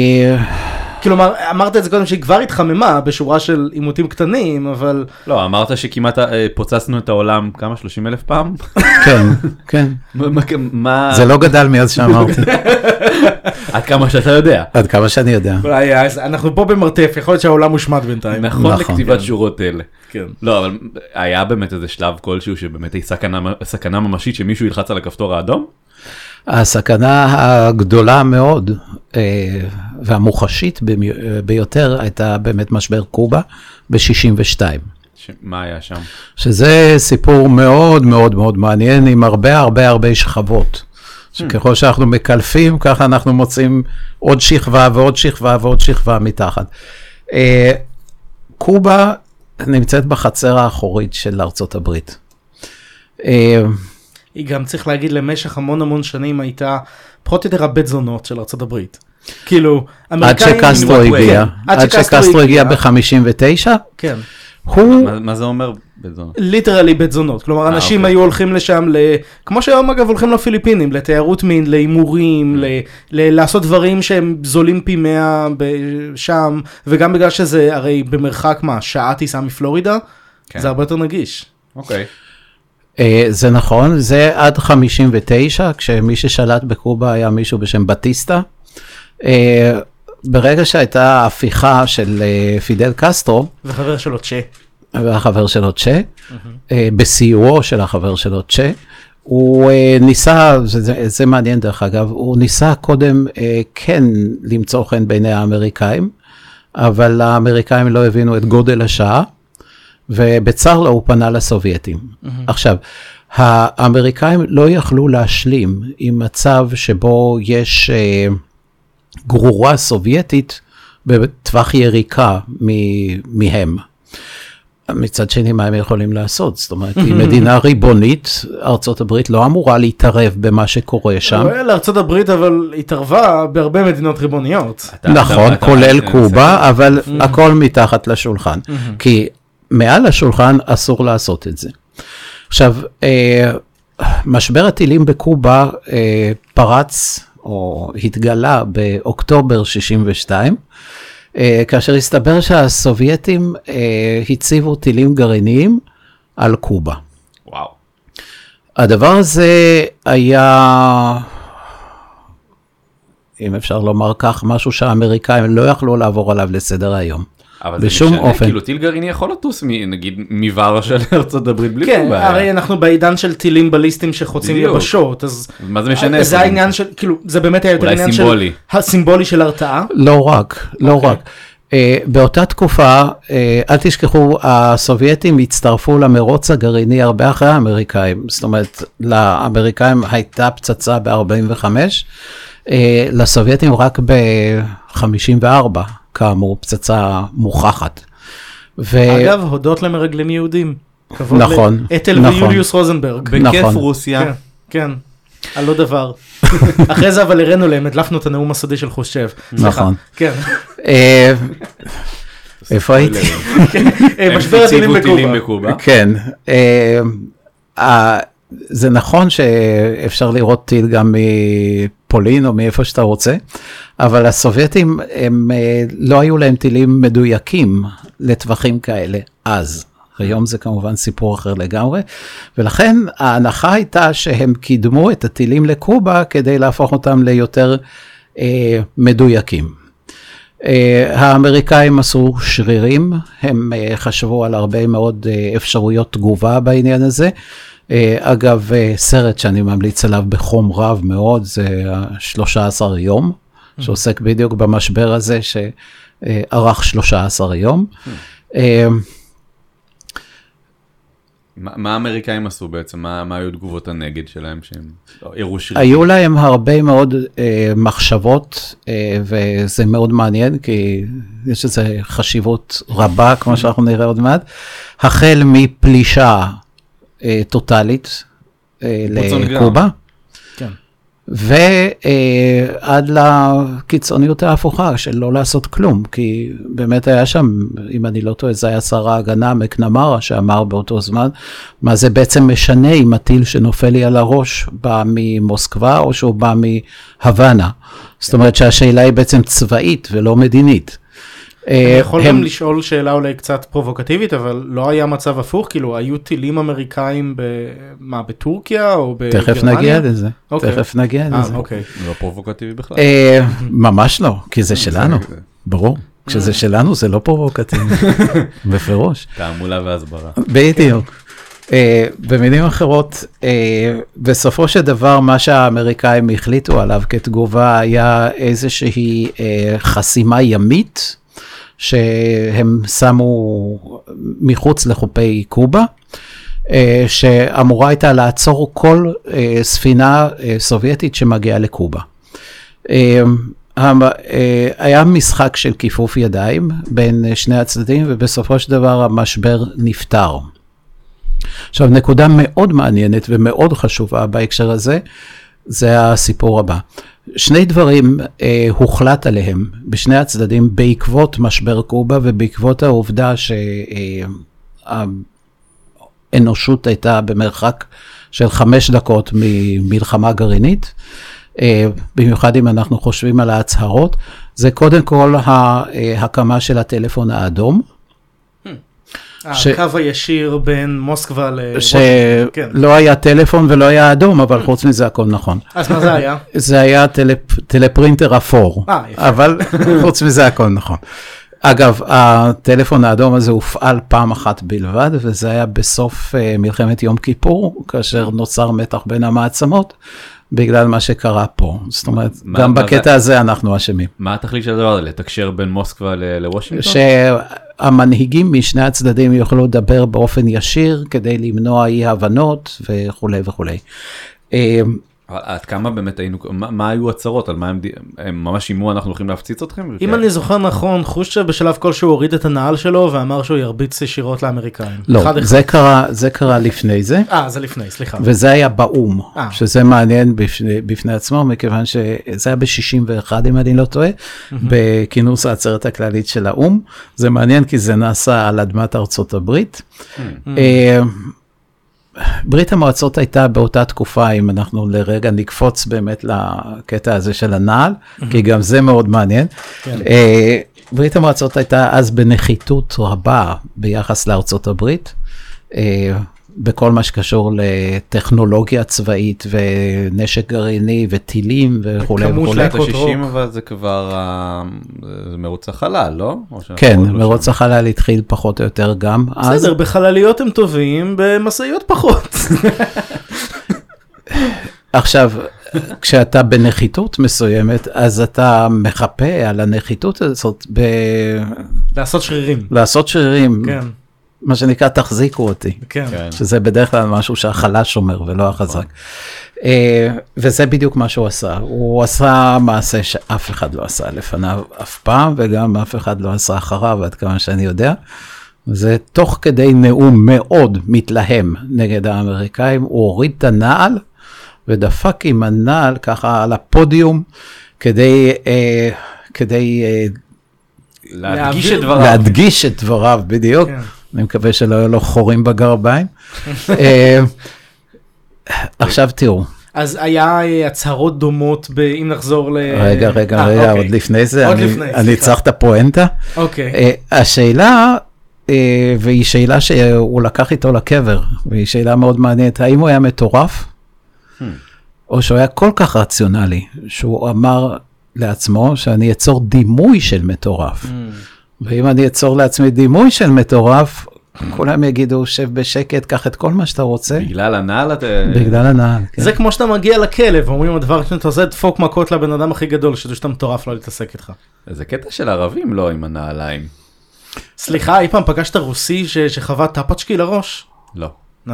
כלומר, אמרת את זה קודם שהיא כבר התחממה בשורה של עימותים קטנים, אבל... לא, אמרת שכמעט פוצצנו את העולם כמה? 30,000 פעם? כן, כן. זה לא גדל מאז שאמרתי. עד כמה שאתה יודע. עד כמה שאני יודע. אנחנו פה במרתף, יכול להיות שהעולם מושמד בינתיים. נכון לכתיבת שורות אלה. לא, אבל היה באמת איזה שלב כלשהו שבאמת היא סכנה ממשית שמישהו ילחץ על הכפתור האדום? הסכנה הגדולה מאוד והמוחשית ביותר הייתה באמת משבר קובה ב-62. מה היה שם? שזה סיפור מאוד מאוד מאוד מעניין עם הרבה הרבה הרבה שכבות. שככל שאנחנו מקלפים, ככה אנחנו מוצאים עוד שכבה ועוד שכבה ועוד שכבה מתחת. קובה נמצאת בחצר האחורית של ארצות הברית. היא גם צריך להגיד למשך המון שנים הייתה פחות או יותר הבית זונות של ארצות הברית. כאילו, עד שקסטרו הגיע. עד שקסטרו הגיע ב-59? כן. מה זה אומר בית זונות? ליטרלי בית זונות. כלומר, אנשים היו הולכים לשם, כמו שהיום אגב הולכים לפיליפינים, לתיירות מין, להימורים, לעשות דברים שהם זולים פי 100 שם, וגם בגלל שזה הרי במרחק שעה טיסה מפלורידה, זה הרבה יותר נגיש. אוקיי. זה נכון, זה עד 59, כשמי ששלט בקובה היה מישהו בשם בטיסטה. ברגע שהייתה ההפיכה של פידל קסטרו, וחבר שלו צ'ה. והחבר שלו צ'ה, בסיועו של החבר שלו צ'ה, הוא ניסה, זה מעניין דרך אגב, הוא ניסה קודם כן למצוא חן בעיני האמריקאים, אבל האמריקאים לא הבינו את גודל השעה, ובצר לו הוא פנה לסובייטים. עכשיו, האמריקאים לא יכלו להשלים עם מצב שבו יש גרורה סובייטית בטווח יריקה מהם. מצד שני, מה הם יכולים לעשות? זאת אומרת, היא מדינה ריבונית, ארצות הברית לא אמורה להתערב במה שקורה שם. לא היה לארצות הברית, אבל התערבה בהרבה מדינות ריבוניות. נכון, כולל קובה, אבל הכל מתחת לשולחן. כי מעל השולחן אסור לעשות את זה. עכשיו, משבר הטילים בקובה פרץ, או התגלה באוקטובר 62, כאשר הסתבר שהסובייטים הציבו טילים גרעיניים על קובה. וואו. הדבר הזה היה, אם אפשר לומר כך, משהו שהאמריקאים לא יכלו לעבור עליו לסדר היום. אבל זה משנה, כאילו טיל גרעיני יכול לטוס נגיד מווארה של ארצות הברית בלי כן, הרי אנחנו בעידן של טילים בליסטיים שחוצים יבשות, אז מה זה משנה? זה העניין של, כאילו, זה באמת היה יותר עניין של, הסימבולי של הרתעה? לא רק, לא רק. באותה תקופה, אל תשכחו, הסובייטים הצטרפו למרוץ הגרעיני הרבה אחרי האמריקאים, זאת אומרת, לאמריקאים הייתה פצצה ב-45, לסובייטים רק ב-54, כאמור, פצצה מוכחת. אגב, הודות למרגלים יהודים. נכון. אתל ויוליוס רוזנברג. בכיף רוסיה. כן, על לא דבר. אחרי זה אבל הראינו להם, הדלפנו את הנאום הסודי של חושב. נכון. כן. איפה הייתי? משבר הטילים בקובה. כן. זה נכון שאפשר לראות טיל גם מפולין או מאיפה שאתה רוצה, אבל הסובייטים, הם לא היו להם טילים מדויקים לטווחים כאלה אז. היום זה כמובן סיפור אחר לגמרי, ולכן ההנחה הייתה שהם קידמו את הטילים לקובה כדי להפוך אותם ליותר מדויקים. האמריקאים עשו שרירים, הם חשבו על הרבה מאוד אפשרויות תגובה בעניין הזה, אגב, סרט שאני ממליץ עליו בחום רב מאוד, זה 13 יום, שעוסק בדיוק במשבר הזה שערך 13 יום. מה האמריקאים עשו בעצם? מה היו תגובות הנגד שלהם שהם הראו שרירים? היו להם הרבה מאוד מחשבות, וזה מאוד מעניין, כי יש איזו חשיבות רבה, כמו שאנחנו נראה עוד מעט, החל מפלישה טוטלית לקובה, ועד לקיצוניות ההפוכה של לא לעשות כלום, כי באמת היה שם, אם אני לא טועה, זה היה שר ההגנה מקנמרה שאמר באותו זמן, מה זה בעצם משנה אם הטיל שנופל לי על הראש בא ממוסקבה או שהוא בא מהוואנה. זאת אומרת שהשאלה היא בעצם צבאית ולא מדינית. אני יכול גם לשאול שאלה אולי קצת פרובוקטיבית, אבל לא היה מצב הפוך, כאילו היו טילים אמריקאים בטורקיה או בגרמניה? תכף נגיע לזה, תכף נגיע לזה. לא פרובוקטיבי בכלל. ממש לא, כי זה שלנו, ברור. כשזה שלנו זה לא פרובוקטיבי, בפירוש. תעמולה והסברה. בדיוק. במילים אחרות, בסופו של דבר מה שהאמריקאים החליטו עליו כתגובה היה איזושהי חסימה ימית, שהם שמו מחוץ לחופי קובה, שאמורה הייתה לעצור כל ספינה סובייטית שמגיעה לקובה. היה משחק של כיפוף ידיים בין שני הצדדים, ובסופו של דבר המשבר נפתר. עכשיו, נקודה מאוד מעניינת ומאוד חשובה בהקשר הזה, זה הסיפור הבא. שני דברים הוחלט עליהם בשני הצדדים בעקבות משבר קובה ובעקבות העובדה שהאנושות הייתה במרחק של 5 דקות ממלחמה גרעינית, במיוחד אם אנחנו חושבים על ההצהרות, זה קודם כל ההקמה של הטלפון האדום. הקו הישיר בין מוסקבה שלא היה טלפון ולא היה אדום, אבל חוץ מזה הכל נכון. אז מה זה היה? זה היה טלפרינטר אפור, אבל חוץ מזה הכל נכון. אגב, הטלפון האדום הזה הופעל פעם אחת בלבד, וזה היה בסוף מלחמת יום כיפור, כאשר נוצר מתח בין המעצמות, בגלל מה שקרה פה. זאת אומרת, גם בקטע הזה אנחנו אשמים. מה התכלית של הדבר הזה? לתקשר בין מוסקבה לוושינגטון? שהמנהיגים משני הצדדים יוכלו לדבר באופן ישיר, כדי למנוע אי הבנות וכו' וכו'. עד כמה באמת היינו, מה היו הצהרות? על מה הם ממש שימו, אנחנו הולכים להפציץ אתכם? אם אני זוכר נכון, חושצ'ה בשלב כלשהו הוריד את הנעל שלו ואמר שהוא ירביץ ישירות לאמריקאים. לא, זה קרה לפני זה. זה לפני, סליחה. וזה היה באום, שזה מעניין בפני עצמו, מכיוון שזה היה ב-61, אם אני לא טועה, בכינוס העצרת הכללית של האום. זה מעניין כי זה נעשה על אדמת ארצות הברית. ברית המועצות הייתה באותה תקופה, אם אנחנו לרגע נקפוץ באמת לקטע הזה של הנעל, כי גם זה מאוד מעניין. ברית המועצות הייתה אז בנחיתות רבה ביחס לארצות הברית, בכל מה שקשור לטכנולוגיה צבאית ונשק גרעיני וטילים וכו' וכו'. ה-60 אבל זה כבר מרוץ החלל, לא? כן, מרוץ החלל התחיל פחות או יותר גם אז. בסדר, בחלליות הם טובים, במסעיות פחות. עכשיו, כשאתה בנחיתות מסוימת, אז אתה מחפה על הנחיתות הזאת לעשות שרירים. לעשות שרירים. כן. מה שנקרא, תחזיקו אותי. כן. שזה בדרך כלל משהו שהחלש אומר ולא החזק. וזה בדיוק מה שהוא עשה. הוא עשה מעשה שאף אחד לא עשה לפניו אף פעם, וגם אף אחד לא עשה אחריו, עד כמה שאני יודע. זה תוך כדי נאום מאוד מתלהם נגד האמריקאים, הוא הוריד את הנעל, ודפק עם הנעל ככה על הפודיום, כדי להדגיש את דבריו, בדיוק. אני מקווה שלא היו לו חורים בגרביים. עכשיו תראו. אז היה הצהרות דומות, אם נחזור רגע, עוד לפני זה, אני צריך את הפואנטה. השאלה, והיא שאלה שהוא לקח איתו לקבר, והיא שאלה מאוד מעניינת, האם הוא היה מטורף? או שהוא היה כל כך רציונלי, שהוא אמר לעצמו שאני אצור דימוי של מטורף. ואם אני אצור לעצמי דימוי של מטורף, כולם יגידו, שב בשקט, קח את כל מה שאתה רוצה. בגלל הנעל? בגלל הנעל, כן. זה כמו שאתה מגיע לכלב, אומרים, הדבר שאתה עושה, דפוק מכות לבן אדם הכי גדול, שדו שאתה מטורף לא להתעסק איתך. זה קטע של ערבים, לא עם הנעליים. סליחה, אי פעם פגשת רוסי שחווה טפצ'קי לראש? לא.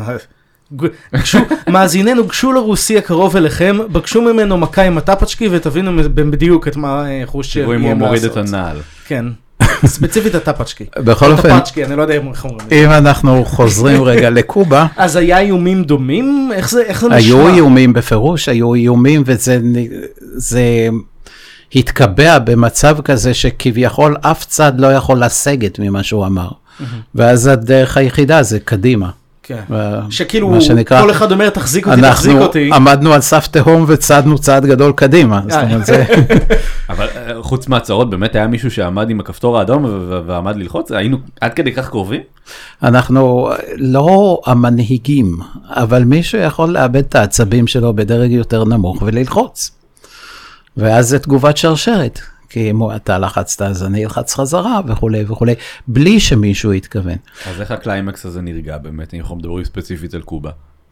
מאזיננו, גשו לרוסי הקרוב אליכם, בקשו ממנו מכה עם הטפצ'קי ותבינו בדיוק את מה חוש תראו אם הוא מוריד את הנעל. כן, ספציפית הטפצ'קי. בכל אופן, אני לא יודע איך אומרים. אם אנחנו חוזרים רגע לקובה. אז היה איומים דומים? איך זה נשמע? היו איומים בפירוש, היו איומים וזה התקבע במצב כזה שכביכול אף צד לא יכול לסגת ממה שהוא אמר. ואז הדרך היחידה זה קדימה. שכאילו כל אחד אומר תחזיק אותי, תחזיק אותי. אנחנו עמדנו על סף תהום וצעדנו צעד גדול קדימה. אבל חוץ מהצהרות באמת היה מישהו שעמד עם הכפתור האדום ועמד ללחוץ? היינו עד כדי כך קרובים? אנחנו לא המנהיגים, אבל מישהו יכול לאבד את העצבים שלו בדרג יותר נמוך וללחוץ. ואז זה תגובת שרשרת. כי אם אתה לחצת, אז אני אלחץ חזרה וכו' וכו', בלי שמישהו יתכוון. אז איך הקליימקס הזה נרגע באמת, אם אנחנו מדברים ספציפית על קובה?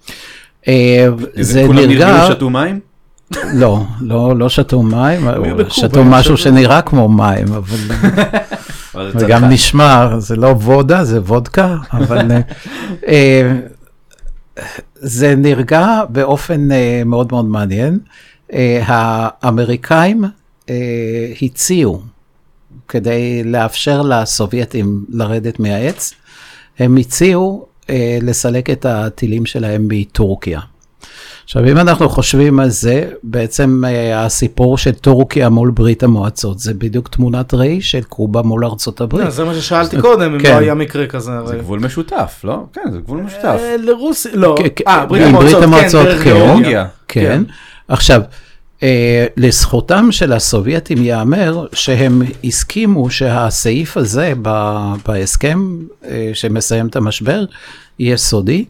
זה נרגע... כולם נרגעו שתו מים? לא שתו מים, שתו משהו שנראה כמו מים, אבל... וגם נשמע, זה לא וודה, זה וודקה, אבל... זה נרגע באופן מאוד מאוד מעניין. האמריקאים הציעו, כדי לאפשר לסובייטים לרדת מהעץ, הם הציעו לסלק את הטילים שלהם מטורקיה. עכשיו, אם אנחנו חושבים על זה, בעצם הסיפור של טורקיה מול ברית המועצות, זה בדיוק תמונת ראי של קובה מול ארצות הברית. זה מה ששאלתי קודם, אם לא היה מקרה כזה. זה גבול משותף, לא? כן, זה גבול משותף. לרוסיה, לא. ברית המועצות, גיאורגיה. כן. עכשיו, לזכותם של הסובייטים יאמר שהם הסכימו שהסעיף הזה בהסכם שמסיים את המשבר יהיה סודי.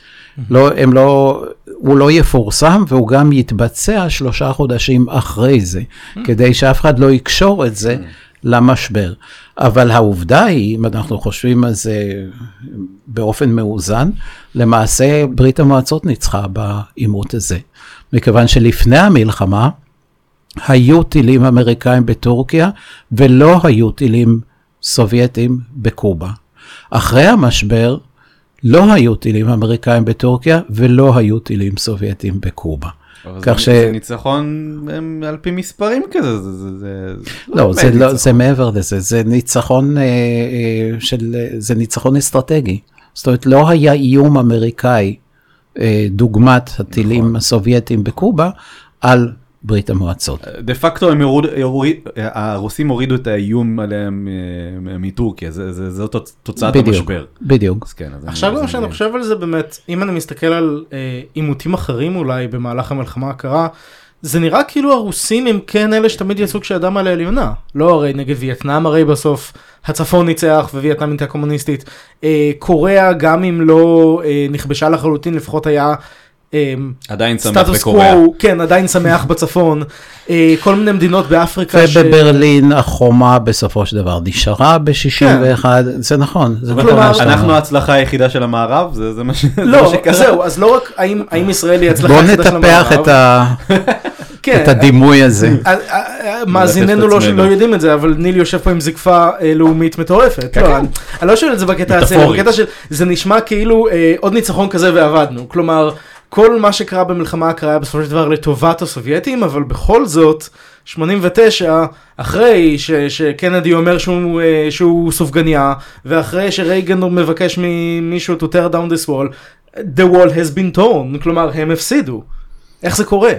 הוא לא יפורסם והוא גם יתבצע 3 חודשים אחרי זה, כדי שאף אחד לא יקשור את זה למשבר. אבל העובדה היא, אם אנחנו חושבים על זה באופן מאוזן, למעשה ברית המועצות ניצחה בעימות הזה. מכיוון שלפני המלחמה, היו טילים אמריקאים בטורקיה, ולא היו טילים סובייטים בקובה. אחרי המשבר, לא היו טילים אמריקאים בטורקיה, ולא היו טילים סובייטים בקובה. זה ניצחון על פי מספרים כזה, לא, זה מעבר לזה, זה ניצחון אסטרטגי. זאת אומרת, לא היה איום אמריקאי, דוגמת הטילים הסובייטים בקובה, על ברית המועצות. דה פקטו הרוסים הורידו את האיום עליהם מטורקיה, זאת תוצאת המשבר. בדיוק. עכשיו גם שאני חושב על זה באמת, אם אני מסתכל על עימותים אחרים אולי במהלך המלחמה הקרה, זה נראה כאילו הרוסים הם כן אלה שתמיד יצאו כשידם על העליונה. לא הרי נגד וייטנאם, הרי בסוף הצפון ניצח ווייטנאם נהייתה קומוניסטית. קוריאה גם אם לא נכבשה לחלוטין, לפחות היה עדיין שמח בקוריאה. כן, עדיין שמח בצפון. כל מיני מדינות באפריקה. ובברלין החומה בסופו של דבר נשארה ב-61, זה נכון. אנחנו ההצלחה היחידה של המערב, זה מה שקרה. לא, זהו, אז לא רק האם ישראל היא הצלחה היחידה של המערב. בוא נטפח את הדימוי הזה. מאזיננו לא יודעים את זה, אבל ניל יושב פה עם זקפה לאומית מטורפת. אני לא שואל את זה בקטע הזה, בקטע שזה נשמע כאילו עוד ניצחון כזה ועבדנו. כלומר, כל מה שקרה במלחמה הקרה היה בסופו של דבר לטובת הסובייטים, אבל בכל זאת, 89, אחרי שקנדי אומר שהוא סופגניה, ואחרי שרייגן מבקש ממישהו to tear down this wall, the wall has been torn, כלומר, הם הפסידו. איך זה קורה?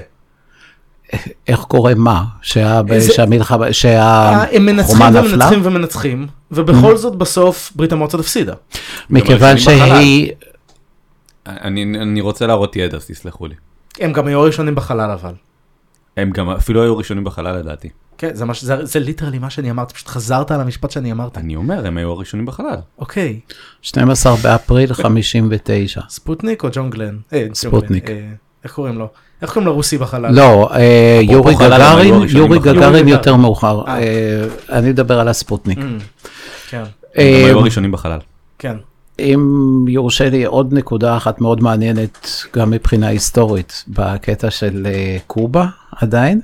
איך קורה מה? שהמלחמה, הם מנצחים ומנצחים ומנצחים, ובכל זאת בסוף ברית המועצות הפסידה. מכיוון שהיא... אני רוצה להראות ידע, תסלחו לי. הם גם היו ראשונים בחלל, אבל. הם גם אפילו היו ראשונים בחלל, לדעתי. כן, זה ליטרלי מה שאני אמרתי, פשוט חזרת על המשפט שאני אמרתי. אני אומר, הם היו ראשונים בחלל. אוקיי. 12 באפריל 59. ספוטניק או ג'ון גלן? ספוטניק. איך קוראים לו? איך קוראים לרוסי בחלל? לא, יורי גגארין יותר מאוחר. אני מדבר על הספוטניק. כן. הם היו ראשונים בחלל. כן. אם יורשה לי עוד נקודה אחת מאוד מעניינת, גם מבחינה היסטורית, בקטע של קובה עדיין.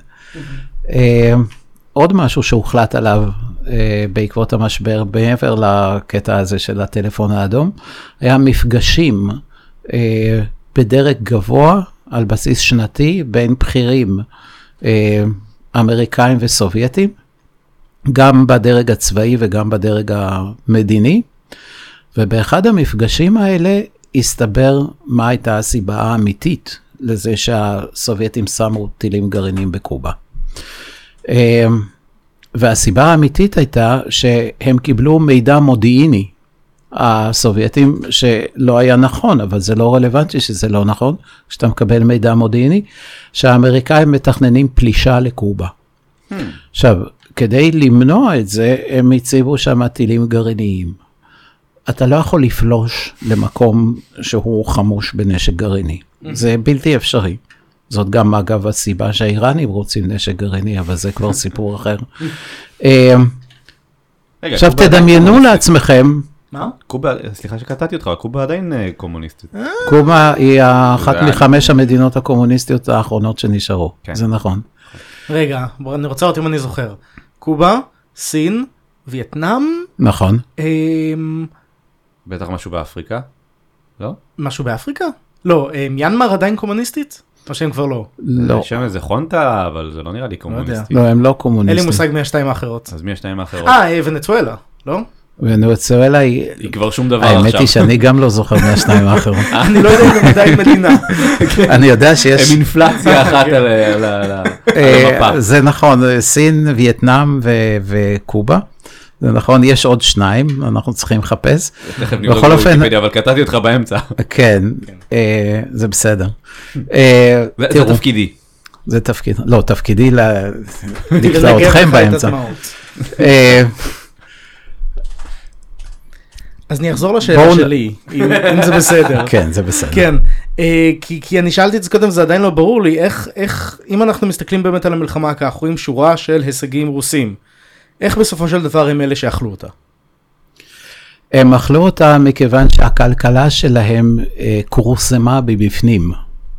עוד משהו שהוחלט עליו בעקבות המשבר, מעבר לקטע הזה של הטלפון האדום, היה מפגשים בדרג גבוה, על בסיס שנתי, בין בכירים אמריקאים וסובייטים, גם בדרג הצבאי וגם בדרג המדיני, ובאחד המפגשים האלה הסתבר מה הייתה הסיבה האמיתית לזה שהסובייטים שמו טילים גרעיניים בקובה. והסיבה האמיתית הייתה שהם קיבלו מידע מודיעיני, הסובייטים, שלא היה נכון, אבל זה לא רלוונטי שזה לא נכון, כשאתה מקבל מידע מודיעיני, שהאמריקאים מתכננים פלישה לקובה. עכשיו, כדי למנוע את זה, הם הציבו שם טילים גרעיניים. אתה לא יכול לפלוש למקום שהוא חמוש בנשק גרעיני. זה בלתי אפשרי. זאת גם אגב הסיבה שהאיראנים רוצים נשק גרעיני, אבל זה כבר סיפור אחר. עכשיו תדמיינו לעצמכם. מה? קובה, סליחה שקטעתי אותך, קובה עדיין קומוניסטית. קובה היא אחת מ5 המדינות הקומוניסטיות האחרונות שנשארו. זה נכון. רגע, אני רוצה לראות אם אני זוכר. קובה, סין, וייטנאם. נכון. בטח משהו באפריקה, לא? משהו באפריקה? לא, מיינמר עדיין קומוניסטית? או שהם כבר לא? לא. יש שם איזה חונטה, אבל זה לא נראה לי קומוניסטי. לא, הם לא אין לי קומוניסטים. מושג מהשתיים האחרות. אז מי השתיים האחרות? ונצואלה, לא? ונצואלה היא... היא כבר שום דבר עכשיו. האמת היא שאני גם לא זוכר מהשתיים האחרות. אני לא יודע אם הם עדיין מדינה. אני יודע שיש... הם אינפלציה אחת על המפה. זה נכון, סין, וייטנאם וקובה. זה נכון, יש עוד שניים, אנחנו צריכים לחפש. תכף נבדוק בוויקיפדיה, אבל קטעתי אותך באמצע. כן, זה בסדר. זה תפקידי. זה תפקיד, לא, תפקידי לקטוע אתכם באמצע. אז אני אחזור לשאלה שלי, אם זה בסדר. כן, זה בסדר. כן, כי אני שאלתי את זה קודם, זה עדיין לא ברור לי, איך, אם אנחנו מסתכלים באמת על המלחמה ככה, רואים שורה של הישגים רוסים, איך בסופו של דבר הם אלה שאכלו אותה? הם אכלו אותה מכיוון שהכלכלה שלהם קורסמה מבפנים.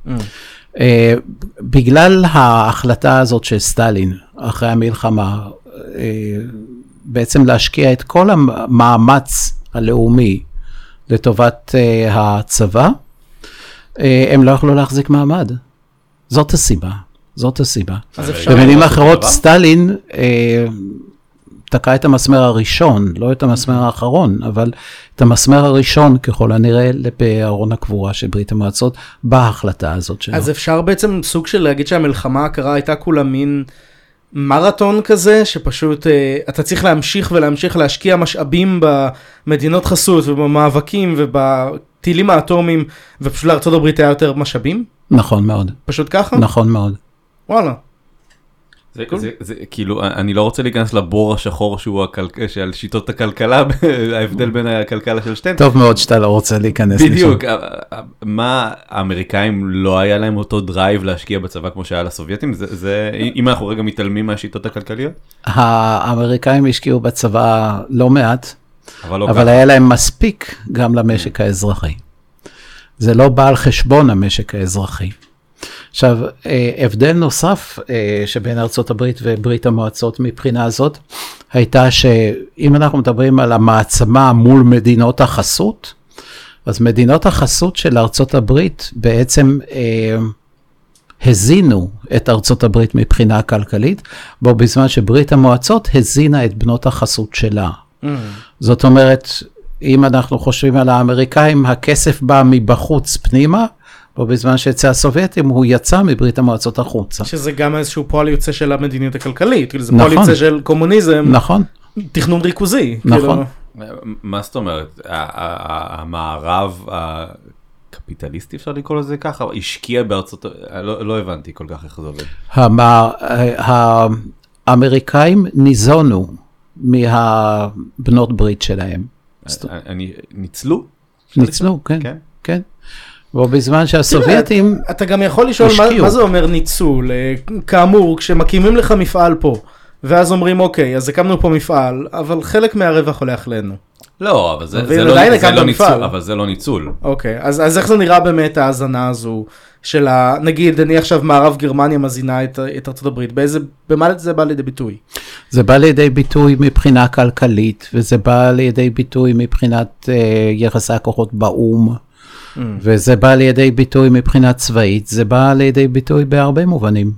בגלל ההחלטה הזאת של סטלין, אחרי המלחמה, בעצם להשקיע את כל המאמץ הלאומי לטובת הצבא, הם לא יכלו להחזיק מעמד. זאת הסיבה. זאת הסיבה. במילים אחרות, סטלין תקע את המסמר הראשון, לא את המסמר האחרון, אבל את המסמר הראשון ככל הנראה בארון הקבורה של ברית המועצות, בהחלטה הזאת שלו. אז אפשר בעצם סוג של להגיד שהמלחמה הקרה הייתה כולה מין מרתון כזה, שפשוט אתה צריך להמשיך ולהמשיך להשקיע משאבים במדינות חסות ובמאבקים ובטילים האטומיים, ופשוט לארצות הברית היה יותר משאבים? נכון מאוד. פשוט ככה? נכון מאוד. וואלה. זה כאילו, אני לא רוצה להיכנס לבור השחור שהוא של שיטות הכלכלה, ההבדל בין הכלכלה של שתיהן. טוב מאוד שאתה לא רוצה להיכנס לשם. בדיוק, מה האמריקאים לא היה להם אותו דרייב להשקיע בצבא כמו שהיה לסובייטים? אם אנחנו רגע מתעלמים מהשיטות הכלכליות? האמריקאים השקיעו בצבא לא מעט, אבל היה להם מספיק גם למשק האזרחי. זה לא בא על חשבון המשק האזרחי. עכשיו, הבדל נוסף שבין ארצות הברית וברית המועצות מבחינה הזאת, הייתה שאם אנחנו מדברים על המעצמה מול מדינות החסות, אז מדינות החסות של ארצות הברית בעצם הזינו את ארצות הברית מבחינה כלכלית, בו בזמן שברית המועצות הזינה את בנות החסות שלה. זאת אומרת, אם אנחנו חושבים על האמריקאים, הכסף בא מבחוץ פנימה, ובזמן שיצא הסובייטים, הוא יצא מברית המועצות החוצה. שזה גם איזשהו פועל יוצא של המדיניות הכלכלית, זה פועל יוצא של קומוניזם, נכון. תכנון ריכוזי. נכון. מה זאת אומרת? המערב הקפיטליסטי, אפשר לקרוא לזה ככה, השקיע בארצות, לא הבנתי כל כך איך זה עובד. האמריקאים ניזונו מהבנות ברית שלהם. ניצלו? ניצלו, כן. כן. ובזמן שהסובייטים אתה גם יכול לשאול מה זה אומר ניצול. כאמור, כשמקימים לך מפעל פה, ואז אומרים אוקיי, אז הקמנו פה מפעל, אבל חלק מהרווח הולך לנו. לא, אבל זה לא ניצול. אוקיי, אז איך זה נראה באמת ההזנה הזו של נגיד, אני עכשיו מערב גרמניה מזינה את ארצות הברית, במה זה בא לידי ביטוי? זה בא לידי ביטוי מבחינה כלכלית, וזה בא לידי ביטוי מבחינת יחסי הכוחות באום, וזה בא לידי ביטוי מבחינה צבאית, זה בא לידי ביטוי בהרבה מובנים.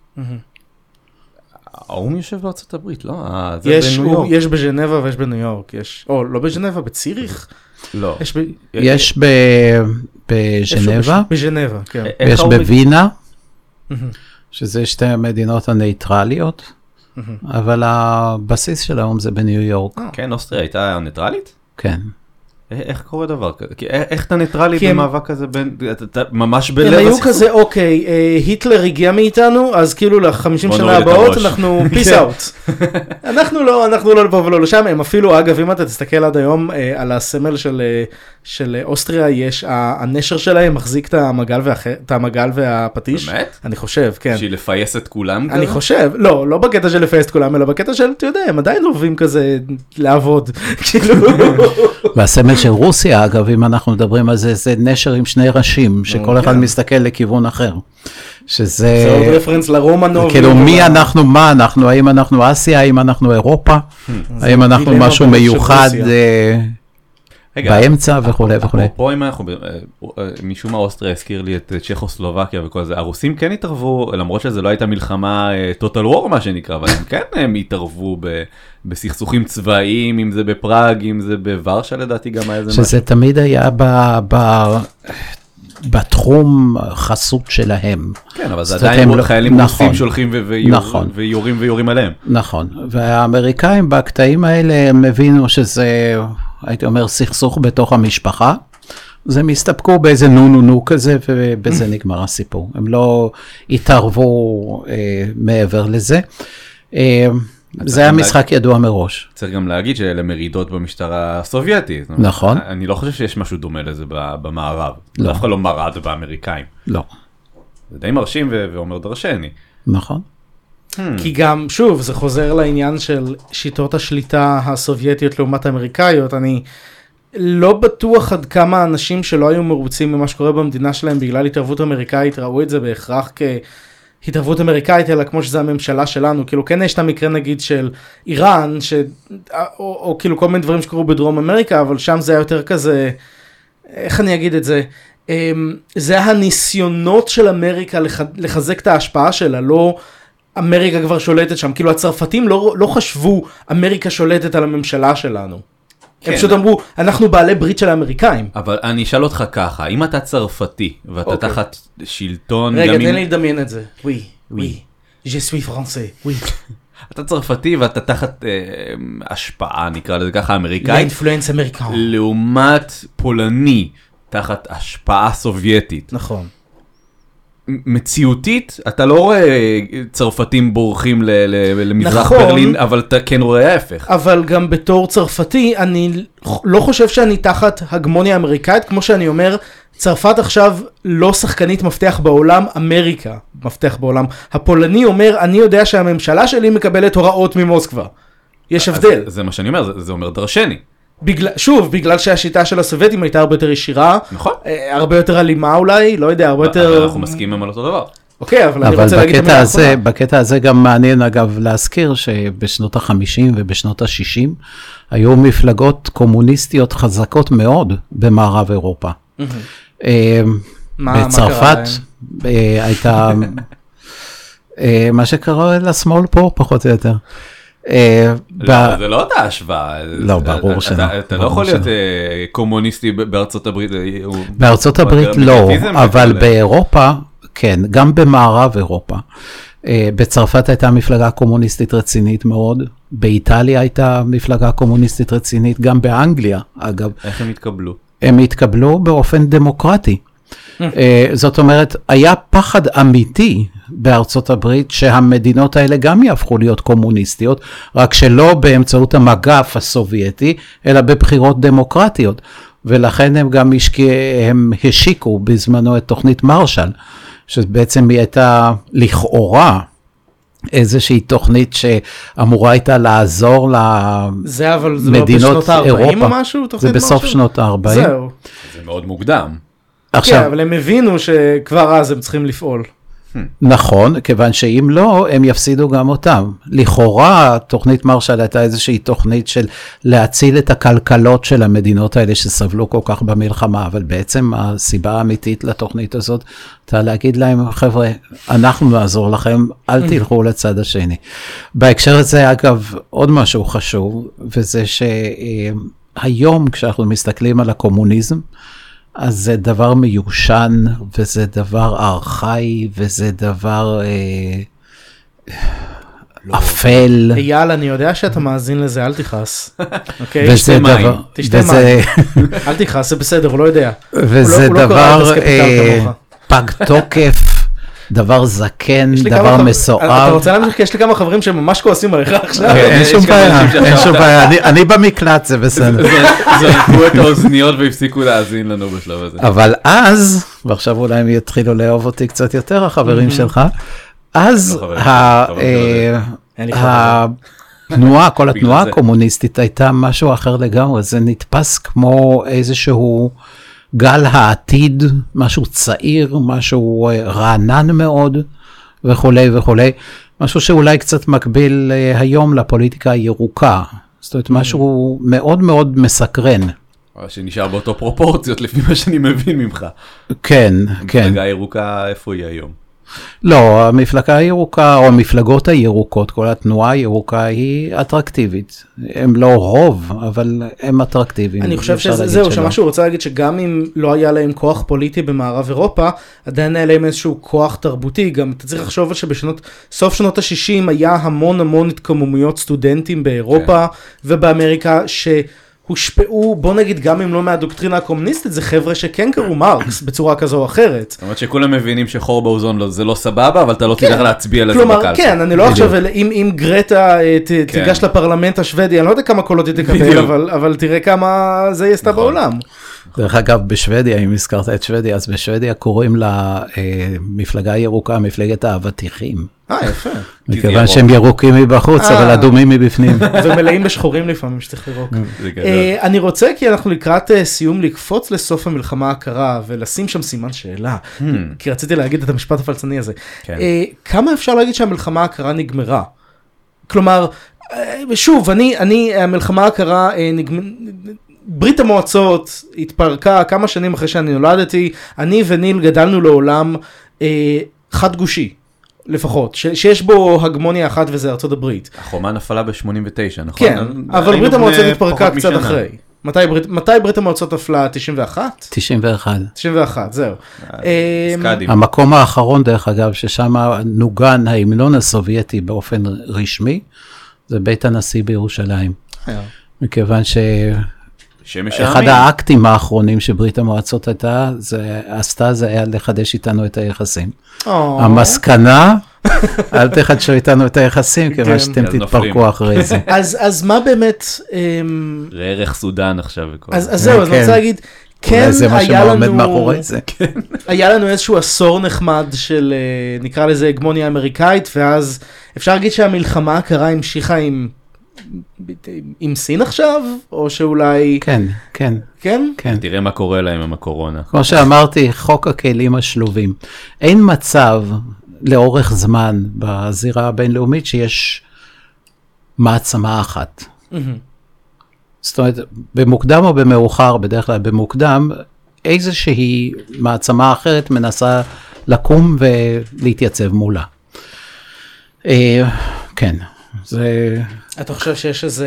האום יושב בארצות הברית, לא? יש בז'נבה ויש בניו יורק, או לא בז'נבה, בציריך? לא. יש בז'נבה, כן. יש בווינה, שזה שתי המדינות הנייטרליות, אבל הבסיס של האום זה בניו יורק. כן, אוסטריה הייתה נייטרלית? כן. איך קורה דבר כזה? איך אתה ניטרלי במאבק כזה ממש בלב הם היו כזה, אוקיי, היטלר הגיע מאיתנו, אז כאילו ל-50 שנה הבאות אנחנו peace out. אנחנו לא לפה ולא לשם, הם אפילו, אגב, אם אתה תסתכל עד היום על הסמל של אוסטריה, יש, הנשר שלהם מחזיק את המגל והפטיש. באמת? אני חושב, כן. בשביל לפייס את כולם כזה? אני חושב, לא בקטע של לפייס את כולם, אלא בקטע של, אתה יודע, הם עדיין אוהבים כזה לעבוד, כאילו. והסמל של רוסיה, אגב, אם אנחנו מדברים על זה, זה נשר עם שני ראשים, שכל אחד מסתכל לכיוון אחר. זה עוד רפרנס לרומנוב. כאילו, מי אנחנו, מה אנחנו, האם אנחנו אסיה, האם אנחנו אירופה, האם אנחנו משהו מיוחד. באמצע וכולי וכולי. פה אם אנחנו, משום מה אוסטריה הזכיר לי את צ'כוסלובקיה וכל זה, הרוסים כן התערבו, למרות שזה לא הייתה מלחמה total war מה שנקרא, אבל הם כן הם התערבו בסכסוכים צבאיים, אם זה בפראג, אם זה בוורשה לדעתי גם היה איזה משהו. שזה תמיד היה בתחום חסות שלהם. כן, אבל זה עדיין חיילים רוסים שהולכים ויורים עליהם. נכון, והאמריקאים בקטעים האלה הם הבינו שזה, הייתי אומר, סכסוך בתוך המשפחה, אז הם הסתפקו באיזה נו כזה, ובזה נגמר הסיפור. הם לא התערבו מעבר לזה. זה היה משחק ידוע מראש. צריך גם להגיד שאלה מרידות במשטרה הסובייטית. נכון. אני לא חושב שיש משהו דומה לזה במערב. לא. אף אחד לא מרד באמריקאים. לא. זה די מרשים ואומר דרשני. נכון. כי גם, שוב, זה חוזר לעניין של שיטות השליטה הסובייטיות לעומת האמריקאיות. אני לא בטוח עד כמה אנשים שלא היו מרוצים ממה שקורה במדינה שלהם בגלל התערבות אמריקאית, ראו את זה בהכרח התערבות אמריקאית, אלא כמו שזה הממשלה שלנו, כאילו כן יש את המקרה נגיד של איראן, או כאילו כל מיני דברים שקורו בדרום אמריקה, אבל שם זה היה יותר כזה, איך אני אגיד את זה, זה הניסיונות של אמריקה לחזק את ההשפעה שלה, לא אמריקה כבר שולטת שם, כאילו הצרפתים לא חשבו אמריקה שולטת על הממשלה שלנו. הם פשוט אמרו, אנחנו בעלי ברית של האמריקאים. אבל אני אשאל אותך ככה, אם אתה צרפתי, ואתה תחת שלטון... רגע, תן לי לדמיין את זה. Oui, oui, je suis français, oui. אתה צרפתי ואתה תחת השפעה, נקרא לזה ככה, אמריקאית. לאינפלואנס אמריקאי. לעומת פולני, תחת השפעה סובייטית. נכון. מציאותית, אתה לא רואה צרפתים בורחים למזרח ברלין, אבל אתה כן רואה ההפך. אבל גם בתור צרפתי, אני לא חושב שאני תחת הגמוניה אמריקאית, כמו שאני אומר, צרפת עכשיו לא שחקנית מפתח בעולם, אמריקה מפתח בעולם. הפולני אומר, אני יודע שהממשלה שלי מקבלת הוראות ממוסקבה. יש הבדל. זה מה שאני אומר, זה אומר דרשני. שוב, בגלל שהשיטה של הסובייטים הייתה הרבה יותר ישירה, נכון. הרבה יותר אלימה אולי, לא יודע, הרבה יותר... אנחנו מסכימים על אותו דבר. אוקיי, אבל אני רוצה להגיד את המילה האחרונה. בקטע הזה גם מעניין אגב להזכיר שבשנות ה-50 ובשנות ה-60 היו מפלגות קומוניסטיות חזקות מאוד במערב אירופה. בצרפת הייתה מה שקרה לשמאל פה פחות או יותר. זה לא אותה השוואה. לא, ברור שלא. אתה לא יכול להיות קומוניסטי בארצות הברית. בארצות הברית לא, אבל באירופה, כן, גם במערב אירופה. בצרפת הייתה מפלגה קומוניסטית רצינית מאוד, באיטליה הייתה מפלגה קומוניסטית רצינית, גם באנגליה, אגב. איך הם התקבלו? הם התקבלו באופן דמוקרטי. זאת אומרת, היה פחד אמיתי בארצות הברית שהמדינות האלה גם יהפכו להיות קומוניסטיות, רק שלא באמצעות המגף הסובייטי, אלא בבחירות דמוקרטיות. ולכן הם גם הם השיקו בזמנו את תוכנית מרשל, שבעצם היא הייתה לכאורה איזושהי תוכנית שאמורה הייתה לעזור למדינות אירופה. זה אבל זה לא בשנות ה-40 או משהו? זה בסוף שנות ה-40. זהו. זה מאוד מוקדם. כן, אבל הם הבינו שכבר אז הם צריכים לפעול. נכון, כיוון שאם לא, הם יפסידו גם אותם. לכאורה, תוכנית מרשל הייתה איזושהי תוכנית של להציל את הכלכלות של המדינות האלה שסבלו כל כך במלחמה, אבל בעצם הסיבה האמיתית לתוכנית הזאת, הייתה להגיד להם, חבר'ה, אנחנו נעזור לכם, אל תלכו לצד השני. בהקשר הזה, אגב, עוד משהו חשוב, וזה שהיום, כשאנחנו מסתכלים על הקומוניזם, אז זה דבר מיושן, וזה דבר ארכאי, וזה דבר אפל. אייל, אני יודע שאתה מאזין לזה, אל תכעס. וזה דבר... תשתה מים. אל תכעס, זה בסדר, הוא לא יודע. וזה דבר פג תוקף, דבר זקן, דבר מסועב. אתה רוצה להמשיך? כי יש לי כמה חברים שהם ממש כועסים עליך עכשיו. אין שום בעיה, אין שום בעיה. אני במקלט, זה בסדר. זרקו את האוזניות והפסיקו להאזין לנו בשלב הזה. אבל אז, ועכשיו אולי הם יתחילו לאהוב אותי קצת יותר, החברים שלך, אז התנועה, כל התנועה הקומוניסטית הייתה משהו אחר לגמרי. זה נתפס כמו איזשהו גל העתיד, משהו צעיר, משהו רענן מאוד, וכולי וכולי. משהו שאולי קצת מקביל היום לפוליטיקה הירוקה. זאת אומרת, משהו מאוד מאוד מסקרן. שנשאר באותו פרופורציות לפי מה שאני מבין ממך. כן, כן. המפלגה הירוקה, איפה היא היום? לא, המפלגה הירוקה, או המפלגות הירוקות, כל התנועה הירוקה היא אטרקטיבית. הם לא רוב, אבל הם אטרקטיביים. אני חושב שזהו, שמה שהוא רוצה להגיד שגם אם לא היה להם כוח פוליטי במערב אירופה, עדיין היה להם איזשהו כוח תרבותי. גם אתה צריך לחשוב סוף שנות ה-60 היה המון התקוממויות סטודנטים באירופה ובאמריקה הושפעו, בוא נגיד, גם אם לא מהדוקטרינה הקומוניסטית, זה חבר'ה שכן קראו מרגס בצורה כזו או אחרת. זאת אומרת שכולם מבינים שחור באוזון זה לא סבבה, אבל אתה לא תלך להצביע לזה בקלפי. כלומר, כן, אני לא עכשיו, אם גרטה תיגש לפרלמנט השוודי, אני לא יודע כמה קולות היא תקבל, אבל תראה כמה זה היא עשתה בעולם. דרך אגב, בשוודיה, אם הזכרת את שוודיה, אז בשוודיה קוראים למפלגה הירוקה, מפלגת האבטיחים. יפה. מכיוון שהם ירוקים מבחוץ, אבל אדומים מבפנים. ומלאים בשחורים לפעמים שצריך לירוק. אני רוצה, כי אנחנו לקראת סיום, לקפוץ לסוף המלחמה הקרה, ולשים שם סימן שאלה, כי רציתי להגיד את המשפט הפלצני הזה. כמה אפשר להגיד שהמלחמה הקרה נגמרה? כלומר, שוב, המלחמה הקרה ברית המועצות התפרקה כמה שנים אחרי שאני נולדתי, אני וניל גדלנו לעולם חד גושי. לפחות, שיש בו הגמוניה אחת וזה ארצות הברית. החומה נפלה ב-89, נכון? כן, אבל ברית המועצות התפרקה קצת אחרי. מתי ברית המועצות נפלה? 91? 91, זהו. המקום האחרון, דרך אגב, ששם נוגן ההמנון הסובייטי באופן רשמי, זה בית הנשיא בירושלים. מכיוון אחד האקטים האחרונים שברית המועצות עשתה, זה היה לחדש איתנו את היחסים. המסקנה, אל תחדשו איתנו את היחסים, כיוון שאתם תתפרקו אחרי זה. אז מה באמת... ערך סודן עכשיו. אז זהו, אז אני רוצה להגיד, כן, היה לנו איזשהו עשור נחמד של, נקרא לזה, הגמוניה אמריקאית, ואז אפשר להגיד שהמלחמה הקרה המשיכה עם סין עכשיו, או שאולי... כן, כן. כן? כן. תראה מה קורה להם עם הקורונה. כמו שאמרתי, חוק הכלים השלובים. אין מצב לאורך זמן בזירה הבינלאומית שיש מעצמה אחת. זאת אומרת, במוקדם או במאוחר, בדרך כלל במוקדם, איזושהי מעצמה אחרת מנסה לקום ולהתייצב מולה. כן. אתה חושב שיש איזה,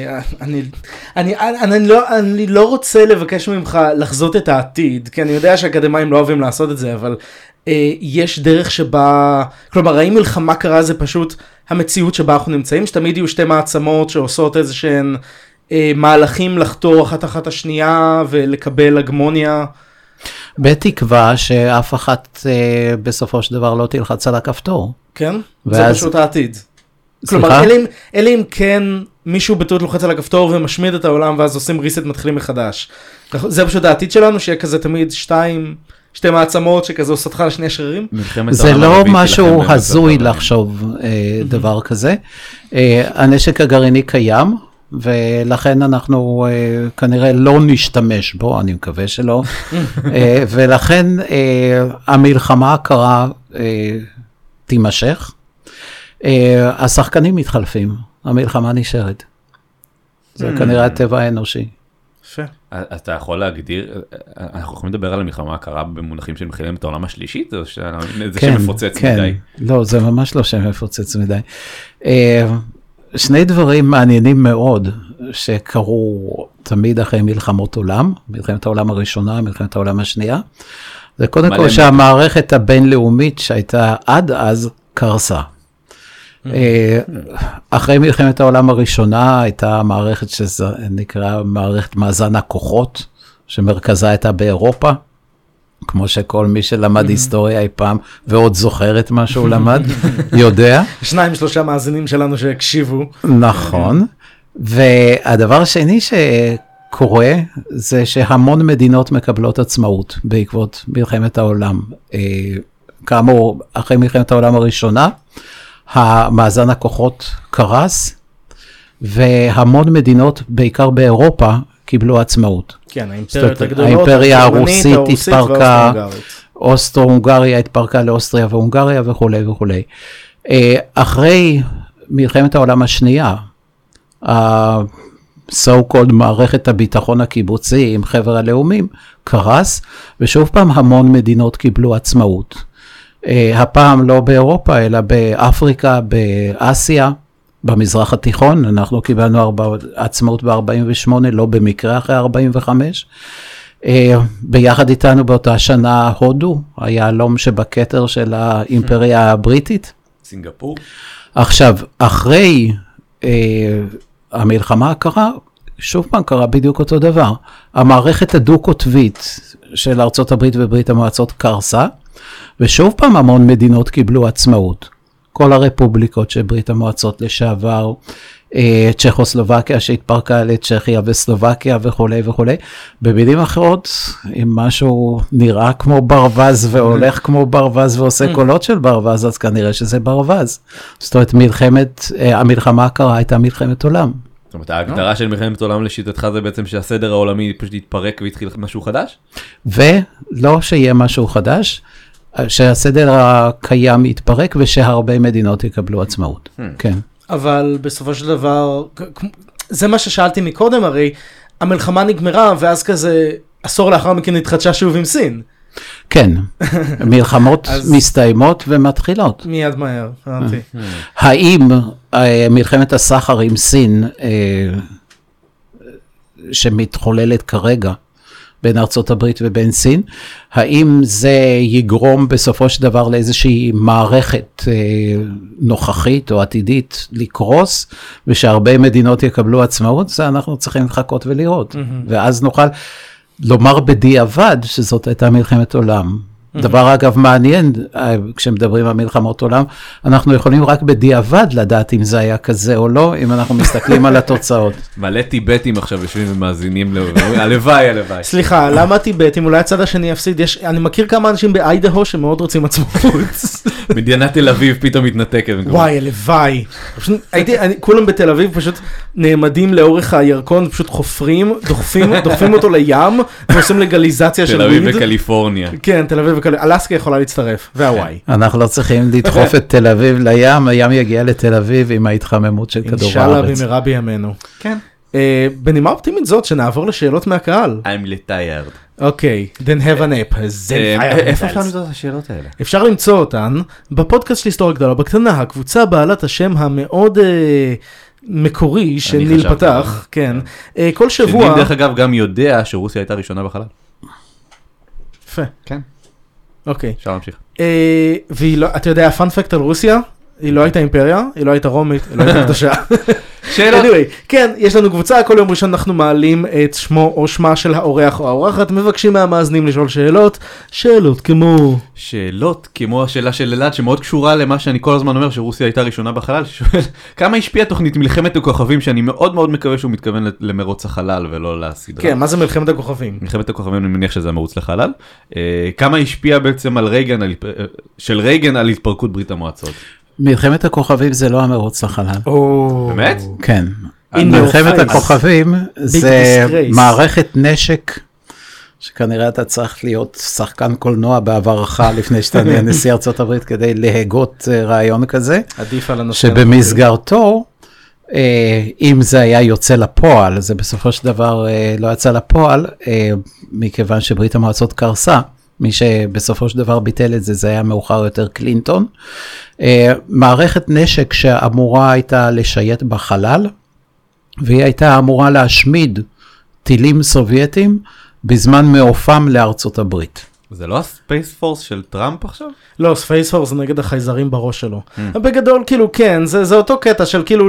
אני לא רוצה לבקש ממך לחזות את העתיד, כי אני יודע שהאקדמיים לא אוהבים לעשות את זה, אבל יש דרך שבה, כלומר, האם מלחמה קרה זה פשוט המציאות שבה אנחנו נמצאים, שתמיד יהיו שתי מעצמות שעושות איזשהן מהלכים לחתור אחת השנייה ולקבל הגמוניה? בתקווה שאף אחת בסופו של דבר לא תלחץ על הכפתור. כן? זה פשוט העתיד. כלומר, אלה אם כן מישהו בטעות לוחץ על הכפתור ומשמיד את העולם, ואז עושים ריסט מתחילים מחדש. זה פשוט העתיד שלנו, שיהיה כזה תמיד שתי מעצמות שכזה עושות לך לשני שרירים? זה לא משהו הזוי לחשוב דבר כזה. הנשק הגרעיני קיים, ולכן אנחנו כנראה לא נשתמש בו, אני מקווה שלא. ולכן המלחמה הקרה תימשך. השחקנים מתחלפים, המלחמה נשארת. זה כנראה הטבע האנושי. יפה. אתה יכול להגדיר, אנחנו יכולים לדבר על המלחמה הקרה במונחים של מלחמת העולם השלישית, או שזה שמפוצץ מדי? לא, זה ממש לא שמפוצץ מדי. שני דברים מעניינים מאוד שקרו תמיד אחרי מלחמות עולם, מלחמת העולם הראשונה, מלחמת העולם השנייה. זה קודם כל שהמערכת הבינלאומית שהייתה עד אז קרסה. אחרי מלחמת העולם הראשונה הייתה מערכת שנקרא מערכת מאזן הכוחות, שמרכזה הייתה באירופה, כמו שכל מי שלמד היסטוריה אי פעם, ועוד זוכר את מה שהוא למד, יודע. 2-3 מאזינים שלנו שהקשיבו. נכון, והדבר השני שקורה, זה שהמון מדינות מקבלות עצמאות, בעקבות מלחמת העולם. כאמור, אחרי מלחמת העולם הראשונה, המאזן הכוחות קרס, והמון מדינות, בעיקר באירופה, קיבלו עצמאות. כן, האימפריות הגדולות, האימפריה הרוסית התפרקה, אוסטרו-הונגריה התפרקה לאוסטריה והונגריה וכו' וכו'. אחרי מלחמת העולם השנייה, so called מערכת הביטחון הקיבוצי עם חבר הלאומים, קרס, ושוב פעם המון מדינות קיבלו עצמאות. הפעם לא באירופה, אלא באפריקה, באסיה, במזרח התיכון, אנחנו קיבלנו עצמאות ב-48, לא במקרה אחרי 45. ביחד איתנו באותה שנה הודו, היהלום שבכתר של האימפריה הבריטית. סינגפור. עכשיו, אחרי המלחמה הקרה, שוב פעם קרה בדיוק אותו דבר. המערכת הדו-קוטבית של ארצות הברית וברית המועצות קרסה, ושוב פעם המון מדינות קיבלו עצמאות. כל הרפובליקות של ברית המועצות לשעבר, צ'כוסלובקיה שהתפרקה לצ'כיה וסלובקיה וכו' וכו'. במילים אחרות, אם משהו נראה כמו ברווז והולך כמו ברווז ועושה קולות של ברווז, אז כנראה שזה ברווז. זאת אומרת, המלחמה הקרה הייתה מלחמת עולם. זאת אומרת, ההגדרה של מלחמת עולם לשיטתך זה בעצם שהסדר העולמי פשוט התפרק והתחיל משהו חדש? ולא שיהיה משהו חדש, שהסדר הקיים יתפרק ושהרבה מדינות יקבלו עצמאות. כן. אבל בסופו של דבר, זה מה ששאלתי מקודם, הרי המלחמה נגמרה ואז כזה עשור לאחר מכן התחדשה שוב עם סין. כן, מלחמות מסתיימות ומתחילות. מיד מהר, הבנתי. האם מלחמת הסחר עם סין, שמתחוללת כרגע, בין ארצות הברית ובין סין, האם זה יגרום בסופו של דבר לאיזושהי מערכת נוכחית או עתידית לקרוס, ושהרבה מדינות יקבלו עצמאות, זה אנחנו צריכים לחכות ולראות. ואז נוכל לומר בדיעבד שזאת הייתה מלחמת עולם. דבר אגב מעניין, כשמדברים על מלחמות עולם, אנחנו יכולים רק בדיעבד לדעת אם זה היה כזה או לא, אם אנחנו מסתכלים על התוצאות. מלא טיבטים עכשיו יושבים ומאזינים, הלוואי, הלוואי. סליחה, למה טיבטים? אולי הצד השני יפסיד? אני מכיר כמה אנשים באיידהו שמאוד רוצים עצמאות. מדינת תל אביב פתאום מתנתקת. וואי, הלוואי. כולם בתל אביב פשוט נעמדים לאורך הירקון, פשוט חופרים, דוחפים אותו לים, ועושים לגליזציה של וויד. תל אביב וקליפורניה. כן, תל אביב אלסקה יכולה להצטרף, והוואי. אנחנו לא צריכים לדחוף את תל אביב לים, הים יגיע לתל אביב עם ההתחממות של כדור הארץ. אינשאללה במהרה בימינו. כן. בנימה אופטימית זאת, שנעבור לשאלות מהקהל. I'm tired. אוקיי, then have an app. איפה אפשר למצוא את השאלות האלה? אפשר למצוא אותן בפודקאסט של היסטוריה גדולה, בקטנה, הקבוצה בעלת השם המאוד מקורי של ניל פתח. כן. כל שבוע... שניל דרך אגב גם יודע שרוסיה הייתה ראשונה בחלל. יפה. כן. אוקיי. אפשר להמשיך. אתה יודע, הפאנפקט על רוסיה, היא לא הייתה אימפריה, היא לא הייתה רומית, היא לא הייתה קדושה. שאלות. כן, יש לנו קבוצה, כל יום ראשון אנחנו מעלים את שמו או שמה של האורח או האורחת, מבקשים מהמאזינים לשאול שאלות, שאלות כמו השאלה של אלעד, שמאוד קשורה למה שאני כל הזמן אומר, שרוסיה הייתה ראשונה בחלל, ששואל, כמה השפיעה תוכנית מלחמת הכוכבים, שאני מאוד מאוד מקווה שהוא מתכוון למרוץ החלל ולא לסדרה. כן, מה זה מלחמת הכוכבים? מלחמת הכוכבים, אני מניח שזה המרוץ לחלל. כמה השפיעה בעצם על רייגן על התפרקות ברית המועצות? מלחמת הכוכבים זה לא המרוץ לחלל. באמת? כן. מלחמת הכוכבים זה מערכת נשק, שכנראה אתה צריך להיות שחקן קולנוע בעברך לפני שאתה נהיה נשיא ארצות הברית, כדי להגות רעיון כזה. עדיף על הנושא. שבמסגרתו, אם זה היה יוצא לפועל, זה בסופו של דבר לא יצא לפועל, מכיוון שברית המועצות קרסה, מי שבסופו של דבר ביטל את זה, זה היה מאוחר יותר קלינטון. מערכת נשק שאמורה הייתה לשייט בחלל, והיא הייתה אמורה להשמיד טילים סובייטים, בזמן מעופם לארצות הברית. זה לא הספייס פורס של טראמפ עכשיו? לא, ספייס פורס זה נגד החייזרים בראש שלו. בגדול, כאילו, כן, זה אותו קטע של כאילו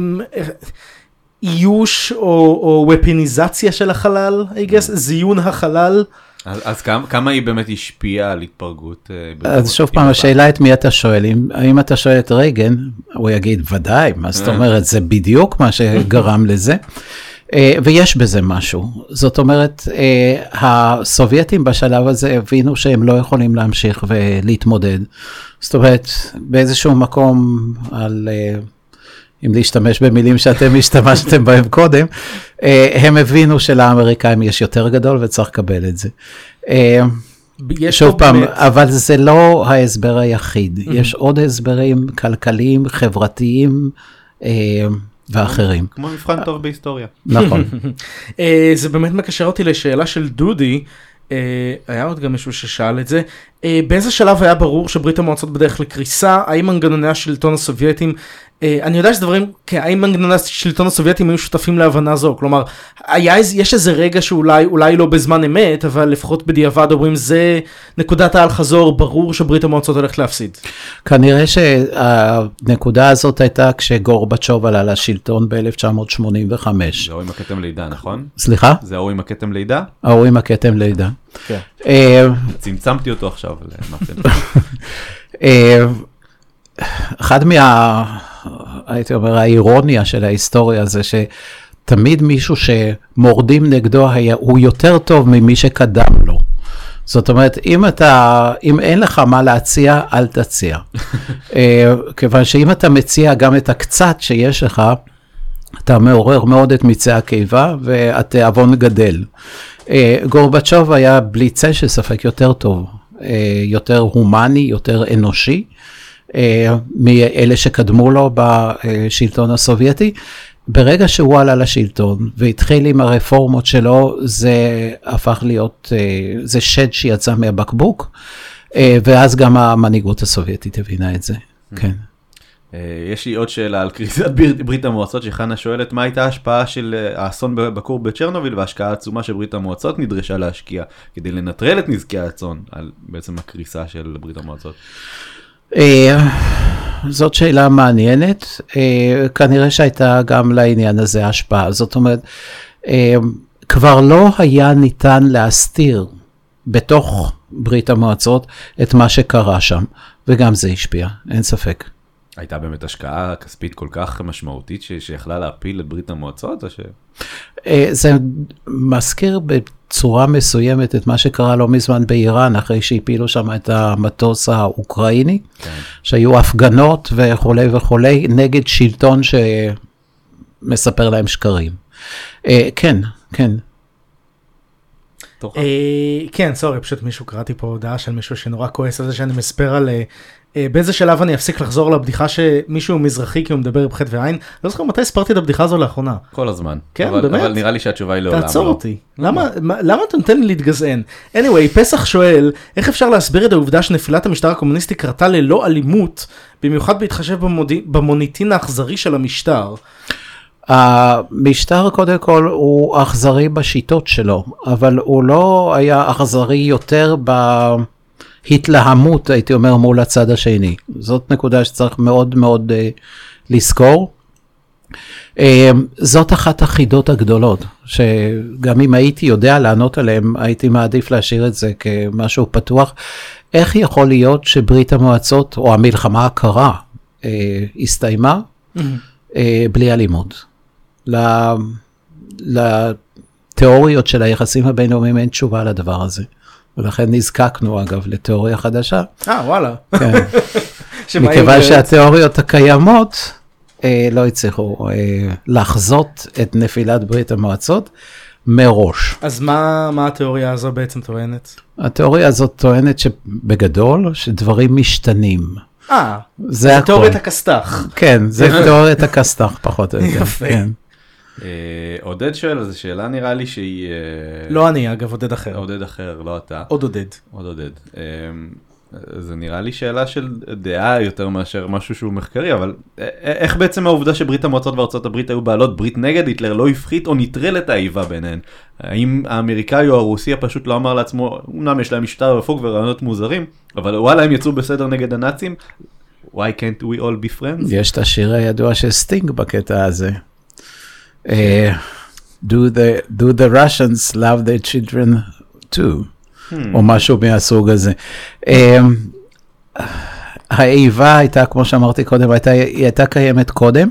איוש או ופניזציה של החלל, I guess, זיון החלל. אז כמה היא באמת השפיעה על התפרגות? אז שוב פעם, השאלה את מי אתה שואל, אם אתה שואל את רייגן, הוא יגיד, ודאי, מה זאת אומרת, זה בדיוק מה שגרם לזה, ויש בזה משהו. זאת אומרת, הסובייטים בשלב הזה הבינו שהם לא יכולים להמשיך ולהתמודד. זאת אומרת, באיזשהו מקום אם להשתמש במילים שאתם השתמשתם בהם קודם, הם הבינו שלאמריקאים יש יותר גדול וצריך לקבל את זה. שוב פעם, אבל זה לא ההסבר היחיד. יש עוד הסברים כלכליים, חברתיים, ואחרים. כמו מבחן טוב בהיסטוריה. נכון. זה באמת מקשר אותי לשאלה של דודי, היה עוד גם מישהו ששאל את זה, באיזה שלב היה ברור שברית המועצות בדרך לקריסה, האם מנגנוני השלטון הסובייטים, אני יודע שדברים, האם מנגנוני השלטון הסובייטים היו שותפים להבנה זו, כלומר, יש איזה רגע שאולי לא בזמן אמת, אבל לפחות בדיעבד אומרים, זה נקודת העל חזור, ברור שברית המועצות הולכת להפסיד. כנראה שהנקודה הזאת הייתה כשגורבצ'וב עלה לשלטון ב-1985. זה ההוא עם הכתם לידה, נכון? סליחה? זה ההוא עם הכתם לידה? ההוא עם הכתם לידה. כן. צמצמתי אותו עכשיו. אחד הייתי אומר, האירוניה של ההיסטוריה זה שתמיד מישהו שמורדים נגדו הוא יותר טוב ממי שקדם לו. זאת אומרת, אם אין לך מה להציע, אל תציע. כיוון שאם אתה מציע גם את הקצת שיש לך, אתה מעורר מאוד את מיצי הקיבה, והתיאבון גדל. גורבצ'וב היה בלי צל של ספק יותר טוב, יותר הומני, יותר אנושי, מאלה שקדמו לו בשלטון הסובייטי. ברגע שהוא עלה לשלטון והתחיל עם הרפורמות שלו, זה הפך להיות, זה שד שיצא מהבקבוק, ואז גם המנהיגות הסובייטית הבינה את זה, כן. יש לי עוד שאלה על קריסת ברית המועצות, שחנה שואלת מה הייתה ההשפעה של האסון בכור בצ'רנוביל, וההשקעה העצומה שברית המועצות נדרשה להשקיע, כדי לנטרל את נזקי האסון, על בעצם הקריסה של ברית המועצות. זאת שאלה מעניינת, כנראה שהייתה גם לעניין הזה השפעה, זאת אומרת, כבר לא היה ניתן להסתיר בתוך ברית המועצות את מה שקרה שם, וגם זה השפיע, אין ספק. הייתה באמת השקעה כספית כל כך משמעותית שיכלה להפיל את ברית המועצות? זה מזכיר בצורה מסוימת את מה שקרה לא מזמן באיראן, אחרי שהפילו שם את המטוס האוקראיני, שהיו הפגנות וכולי וכולי, נגד שלטון שמספר להם שקרים. כן, כן. כן, סורי, פשוט קראתי פה הודעה של מישהו שנורא כועס על זה שאני מספר על באיזה שלב אני אפסיק לחזור לבדיחה שמישהו מזרחי כי הוא מדבר בחטא ועין. לא זוכר מתי הספרתי את הבדיחה הזו לאחרונה. כל הזמן. כן, אבל, באמת? אבל נראה לי שהתשובה היא לעולם. תעצור אותי. למה אתה נותן לי להתגזען? anyway, פסח שואל, איך אפשר להסביר את העובדה שנפילת המשטר הקומוניסטי קרתה ללא אלימות, במיוחד בהתחשב במוניטין האכזרי של המשטר? המשטר קודם כל הוא אכזרי בשיטות שלו, אבל הוא לא היה אכזרי יותר בהתלהמות, הייתי אומר, מול הצד השני. זאת נקודה שצריך מאוד מאוד לזכור. זאת אחת החידות הגדולות, שגם אם הייתי יודע לענות עליהן, הייתי מעדיף להשאיר את זה כמשהו פתוח. איך יכול להיות שברית המועצות, או המלחמה הקרה, הסתיימה בלי אלימות? לתיאוריות של היחסים הבינלאומיים אין תשובה לדבר הזה. ולכן נזקקנו אגב לתיאוריה חדשה. וואלה. כן. מכיוון שהתיאוריות הקיימות לא הצליחו לחזות את נפילת ברית המועצות מראש. אז מה התיאוריה הזו בעצם טוענת? התיאוריה הזאת טוענת שבגדול שדברים משתנים. זה תיאוריית הכסת"ח. כן, זה תיאוריית הכסת"ח פחות או יותר. יפה. עודד שואל, זו שאלה נראה לי שהיא... לא אני, אגב, עודד אחר. עודד אחר, לא אתה. עוד עודד. עוד עודד. זה נראה לי שאלה של דעה יותר מאשר משהו שהוא מחקרי, אבל איך בעצם העובדה שברית המועצות וארצות הברית היו בעלות ברית נגד היטלר לא הפחית או נטרל את האיבה ביניהן? האם האמריקאי או הרוסי פשוט לא אמר לעצמו, אמנם יש להם משטר ופוק ורעיונות מוזרים, אבל וואלה הם יצאו בסדר נגד הנאצים? Why can't we all be friends? יש את השיר הידוע של סטינג בקטע הזה. Do the Russians love their children too? או משהו מהסוג הזה. האיבה הייתה, כמו שאמרתי קודם, היא הייתה קיימת קודם,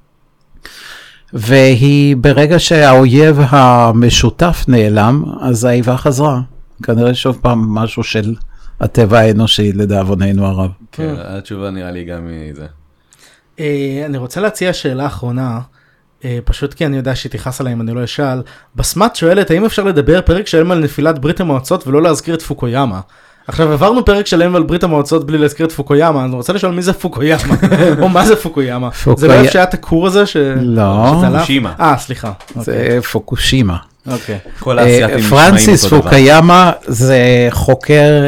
והיא ברגע שהאויב המשותף נעלם, אז האיבה חזרה. כנראה שוב פעם משהו של הטבע האנושי לדאבוננו הרב. כן, התשובה נראה לי גם מזה. אני רוצה להציע שאלה אחרונה, פשוט כי אני יודע שתיחס עליי אם אני לא אשאל. בסמת שואלת, האם אפשר לדבר פרק שלם על נפילת ברית המועצות ולא להזכיר את פוקויאמה? עכשיו עברנו פרק שלם על ברית המועצות בלי להזכיר את פוקויאמה, אני רוצה לשאול מי זה פוקויאמה, או מה זה פוקויאמה? זה לא איפה שהיה את הכור הזה לא. פוקושימה. סליחה. זה פוקושימה. אוקיי. כל האסייתים נשמעים פרנסיס אותו דבר. פוקויאמה זה חוקר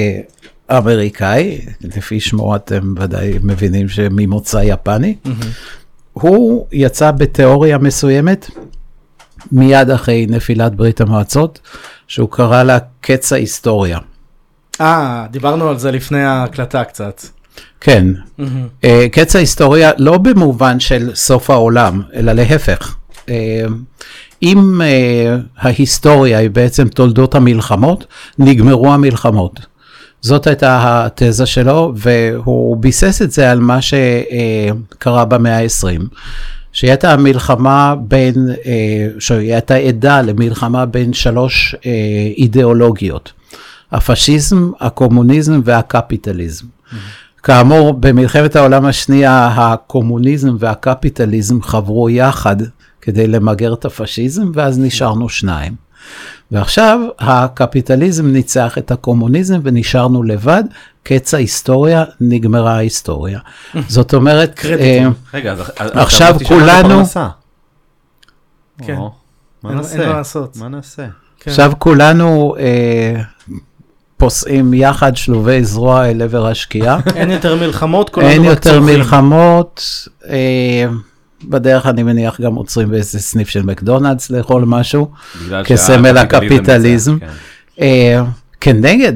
אמריקאי, לפי שמו אתם ודאי מבינים שממוצא יפני. הוא יצא בתיאוריה מסוימת, מיד אחרי נפילת ברית המועצות, שהוא קרא לה קץ ההיסטוריה. דיברנו על זה לפני ההקלטה קצת. כן, קץ ההיסטוריה לא במובן של סוף העולם, אלא להפך. אם ההיסטוריה היא בעצם תולדות המלחמות, נגמרו המלחמות. זאת הייתה התזה שלו, והוא ביסס את זה על מה שקרה במאה ה-20. שהיא הייתה המלחמה בין, שהיא הייתה עדה למלחמה בין 3 אידיאולוגיות. הפשיזם, הקומוניזם והקפיטליזם. כאמור, במלחמת העולם השנייה, הקומוניזם והקפיטליזם חברו יחד כדי למגר את הפשיזם, ואז נשארנו 2. ועכשיו הקפיטליזם ניצח את הקומוניזם ונשארנו לבד, קץ ההיסטוריה, נגמרה ההיסטוריה. זאת אומרת, רגע, עכשיו כולנו, כן, מה אין נעשה? מה לעשות. מה נעשה? עכשיו כולנו פוסעים יחד שלובי זרוע אל עבר השקיעה. אין יותר מלחמות, כולנו אין רק יותר צורכים. מלחמות, בדרך אני מניח גם עוצרים באיזה סניף של מקדונלדס לאכול משהו, בגלל כסמל הקפיטליזם. ניצח, כן. כנגד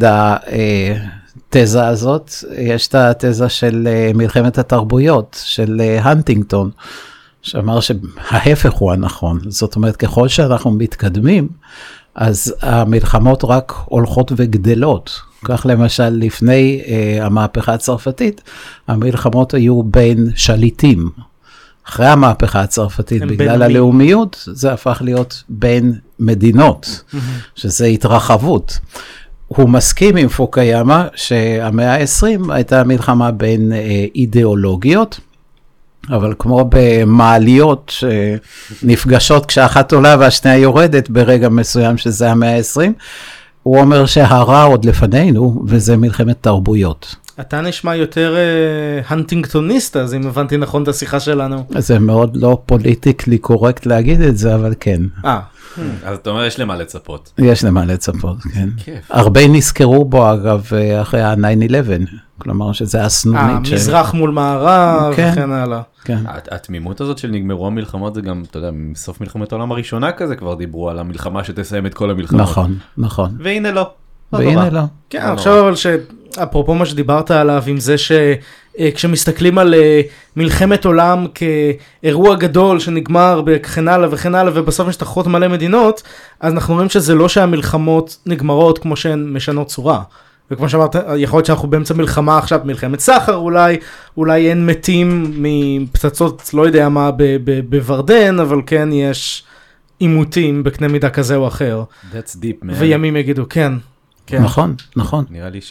התזה הזאת, יש את התזה של מלחמת התרבויות, של הנטינגטון, שאמר שההפך הוא הנכון. זאת אומרת, ככל שאנחנו מתקדמים, אז המלחמות רק הולכות וגדלות. כך למשל, לפני המהפכה הצרפתית, המלחמות היו בין שליטים. אחרי המהפכה הצרפתית, בגלל הלאומיות, זה הפך להיות בין מדינות, שזה התרחבות. הוא מסכים עם פוקויאמה שהמאה ה-20 הייתה מלחמה בין אידיאולוגיות, אבל כמו במעליות שנפגשות כשאחת עולה והשנייה יורדת ברגע מסוים שזה המאה ה-20, הוא אומר שהרע עוד לפנינו וזה מלחמת תרבויות. אתה נשמע יותר הנטינגטוניסט, אז אם הבנתי נכון את השיחה שלנו. זה מאוד לא פוליטיקלי קורקט להגיד את זה, אבל כן. אז אתה אומר, יש למה לצפות. יש למה לצפות, כן. כיף. הרבה נזכרו בו, אגב, אחרי ה-9-11, כלומר שזה הסנונית. מזרח מול מערב, וכן הלאה. כן. התמימות הזאת של נגמרו המלחמות, זה גם, אתה יודע, מסוף מלחמת העולם הראשונה כזה, כבר דיברו על המלחמה שתסיים את כל המלחמות. נכון, נכון. והנה לא. והנה לא. כן, עכשיו אבל אפרופו מה שדיברת עליו, עם זה שכשמסתכלים על מלחמת עולם כאירוע גדול שנגמר וכן הלאה וכן הלאה, ובסוף יש תחרות מלא מדינות, אז אנחנו רואים שזה לא שהמלחמות נגמרות כמו שהן משנות צורה. וכמו שאמרת, יכול להיות שאנחנו באמצע מלחמה עכשיו, מלחמת סחר אולי אין מתים מפצצות, לא יודע מה, בוורדן, אבל כן יש עימותים בקנה מידה כזה או אחר. That's deep, man. וימים יגידו, כן. כן. נכון, נכון. נראה לי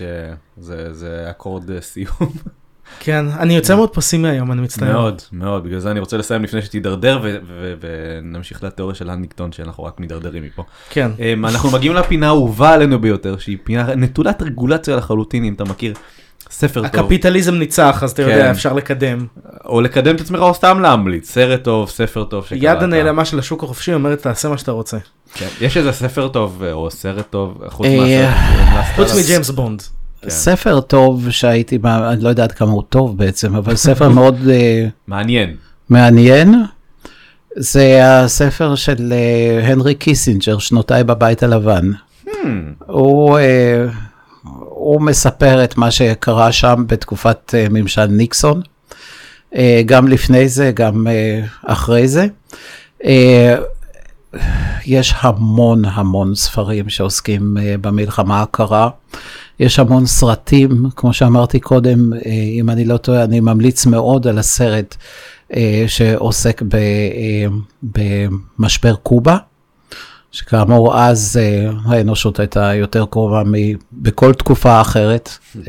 שזה אקורד סיום. כן, אני יוצא מאוד פסימי היום, אני מצטער. מאוד, מאוד, בגלל זה אני רוצה לסיים לפני שתידרדר, ונמשיך לתיאוריה של הנטינגטון, שאנחנו רק מדרדרים מפה. כן. אנחנו מגיעים לפינה האהובה עלינו ביותר, שהיא פינה נטולת רגולציה לחלוטין, אם אתה מכיר ספר טוב. הקפיטליזם ניצח, אז אתה יודע, אפשר לקדם. או לקדם את עצמך, או סתם להמליץ, סרט טוב, ספר טוב שקראת. יד הנעלמה של השוק החופשי אומרת, תעשה מה שאתה רוצה. כן, יש איזה ספר טוב, או סרט טוב, חוץ מג'יימס בונד. ספר טוב שהייתי, אני לא יודעת כמה הוא טוב בעצם, אבל ספר מאוד מעניין, זה הספר של הנרי קיסינג'ר, שנותיי בבית הלבן. הוא מספר את מה שקרה שם בתקופת ממשל ניקסון, גם לפני זה, גם אחרי זה. יש המון ספרים שעוסקים במלחמה הקרה, יש המון סרטים, כמו שאמרתי קודם, אם אני לא טועה, אני ממליץ מאוד על הסרט שעוסק במשבר קובה, שכאמור אז האנושות הייתה יותר קרובה בכל תקופה אחרת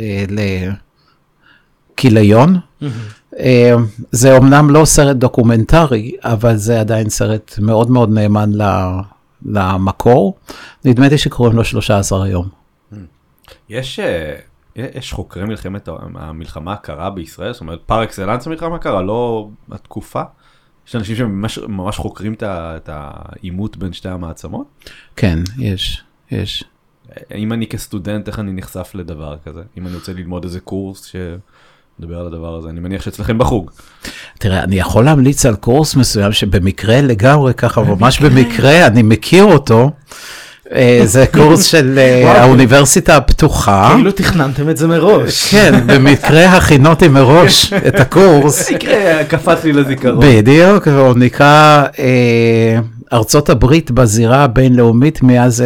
לכיליון. זה אומנם לא סרט דוקומנטרי, אבל זה עדיין סרט מאוד מאוד נאמן למקור. נדמה לי שקוראים לו 13 היום. יש חוקרי המלחמה הקרה בישראל, זאת אומרת, פר אקסלנס המלחמה הקרה, לא התקופה. יש אנשים שממש חוקרים את העימות בין שתי המעצמות? כן, יש. אם אני כסטודנט, איך אני נחשף לדבר כזה? אם אני רוצה ללמוד איזה קורס שמדבר על הדבר הזה, אני מניח שאצלכם בחוג. תראה, אני יכול להמליץ על קורס מסוים שבמקרה לגמרי ככה, ממש במקרה, אני מכיר אותו. זה קורס של האוניברסיטה הפתוחה. כאילו תכננתם את זה מראש. כן, במקרה הכינותי מראש את הקורס. במקרה קפץ לי לזיכרון. בדיוק, הוא נקרא ארצות הברית בזירה הבינלאומית מאז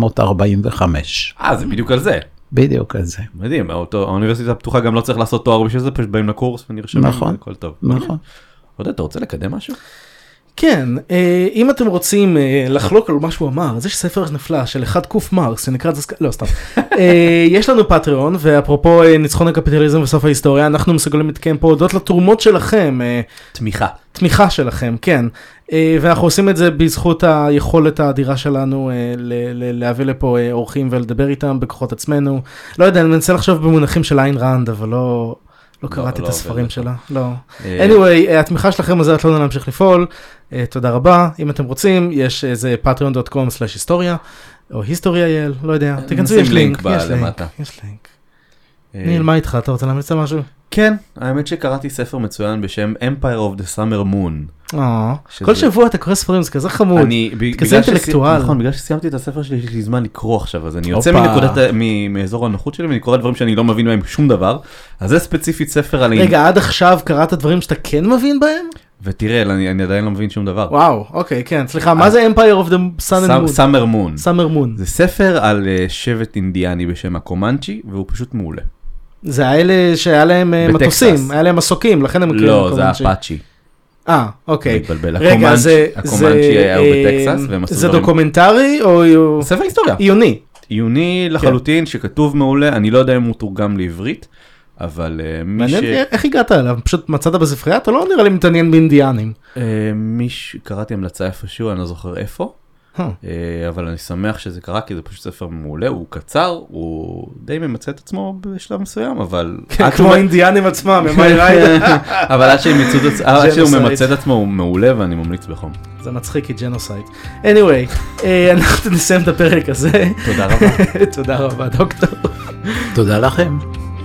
1945. זה בדיוק על זה. בדיוק על זה. מדהים, האוניברסיטה הפתוחה גם לא צריך לעשות תואר בשביל זה, פשוט באים לקורס ונרשמים. נכון, הכל טוב. נכון. עודד, אתה רוצה לקדם משהו? כן, אם אתם רוצים לחלוק על מה שהוא אמר, אז יש ספר נפלא של אחד קוף מרקס, שנקרא, לא סתם, יש לנו פטריון, ואפרופו ניצחון הקפיטליזם וסוף ההיסטוריה, אנחנו מסוגלים להתקיים פה הודות לתרומות שלכם. תמיכה שלכם, כן. ואנחנו עושים את זה בזכות היכולת האדירה שלנו להביא לפה אורחים ולדבר איתם בכוחות עצמנו. לא יודע, אני מנסה לחשוב במונחים של איין ראנד, אבל לא קראתי את הספרים שלה, לא. anyway, התמיכה שלכם עוזרת לנו להמשיך לפעול, תודה רבה. אם אתם רוצים, יש איזה patreon.com/היסטוריה, או היסטוריה, לא יודע, תכנסו, יש לינק. יש לינק. ניל, מה איתך? אתה רוצה להמליץ על משהו? כן, האמת שקראתי ספר מצוין בשם Empire of the Summer Moon. כל שבוע אתה קורא ספרים, זה כזה חמוד, כזה אינטלקטואל. נכון, בגלל שסיימתי את הספר שלי, יש לי זמן לקרוא עכשיו, אז אני יוצא מאזור הנוחות שלי, ואני קורא דברים שאני לא מבין בהם שום דבר, אז זה ספציפית ספר על... רגע, עד עכשיו קראת דברים שאתה כן מבין בהם? ותראה, אני עדיין לא מבין שום דבר. וואו, אוקיי, כן, סליחה, מה זה Empire of the Summer Moon? Summer Moon. זה ספר על שבט אינדיאני בשם הקומנצ'י, והוא פשוט מעולה. זה האלה שהיה להם מטוסים, היה להם מסוקים, לכן הם מקריאים לא, זה אפאצ'י. אוקיי. רגע, הקומנצ'י היה בטקסס. זה דוקומנטרי או... ספר היסטוריה. עיוני. עיוני לחלוטין, שכתוב מעולה, אני לא יודע אם הוא תורגם לעברית, אבל מי ש... איך הגעת אליו? פשוט מצאת בספרייה? אתה לא נראה לי מתעניין באינדיאנים. קראתי המלצה איפשהו, אני לא זוכר איפה. אבל אני שמח שזה קרה, כי זה פשוט ספר מעולה, הוא קצר, הוא די ממצא את עצמו בשלב מסוים, אבל... כמו האינדיאנים עצמם, אבל עד שהוא ממצא את עצמו הוא מעולה, ואני ממליץ בחום. זה מצחיק, כי ג'נוסייד. anyway, אנחנו נסיים את הפרק הזה. תודה רבה. תודה רבה, דוקטור. תודה לכם.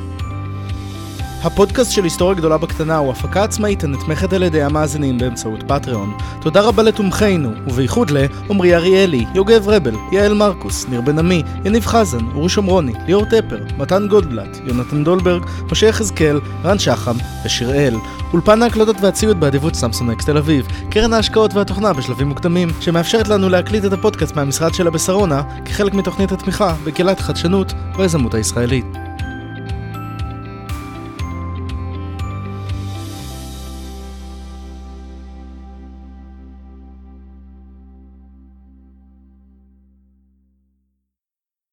הפודקאסט של היסטוריה גדולה בקטנה הוא הפקה עצמאית הנתמכת על ידי המאזינים באמצעות פטריון. תודה רבה לתומכינו, ובייחוד לעומרי אריאלי, יוגב רבל, יעל מרקוס, ניר בן עמי, יניב חזן, אורי שומרוני, ליאור טפר, מתן גולדבלט, יונתן דולברג, משה יחזקאל, רן שחם ושיראל. אולפן ההקלטות והציוד באדיבות סמסונג אקס תל אביב, קרן ההשקעות והתוכנה בשלבים מוקדמים, שמאפשרת לנו להקליט את הפודקאסט מהמשרד שלה בשרונה, כחלק מתוכנית התמיכה בקהילת חדשנות והיזמות הישראלית.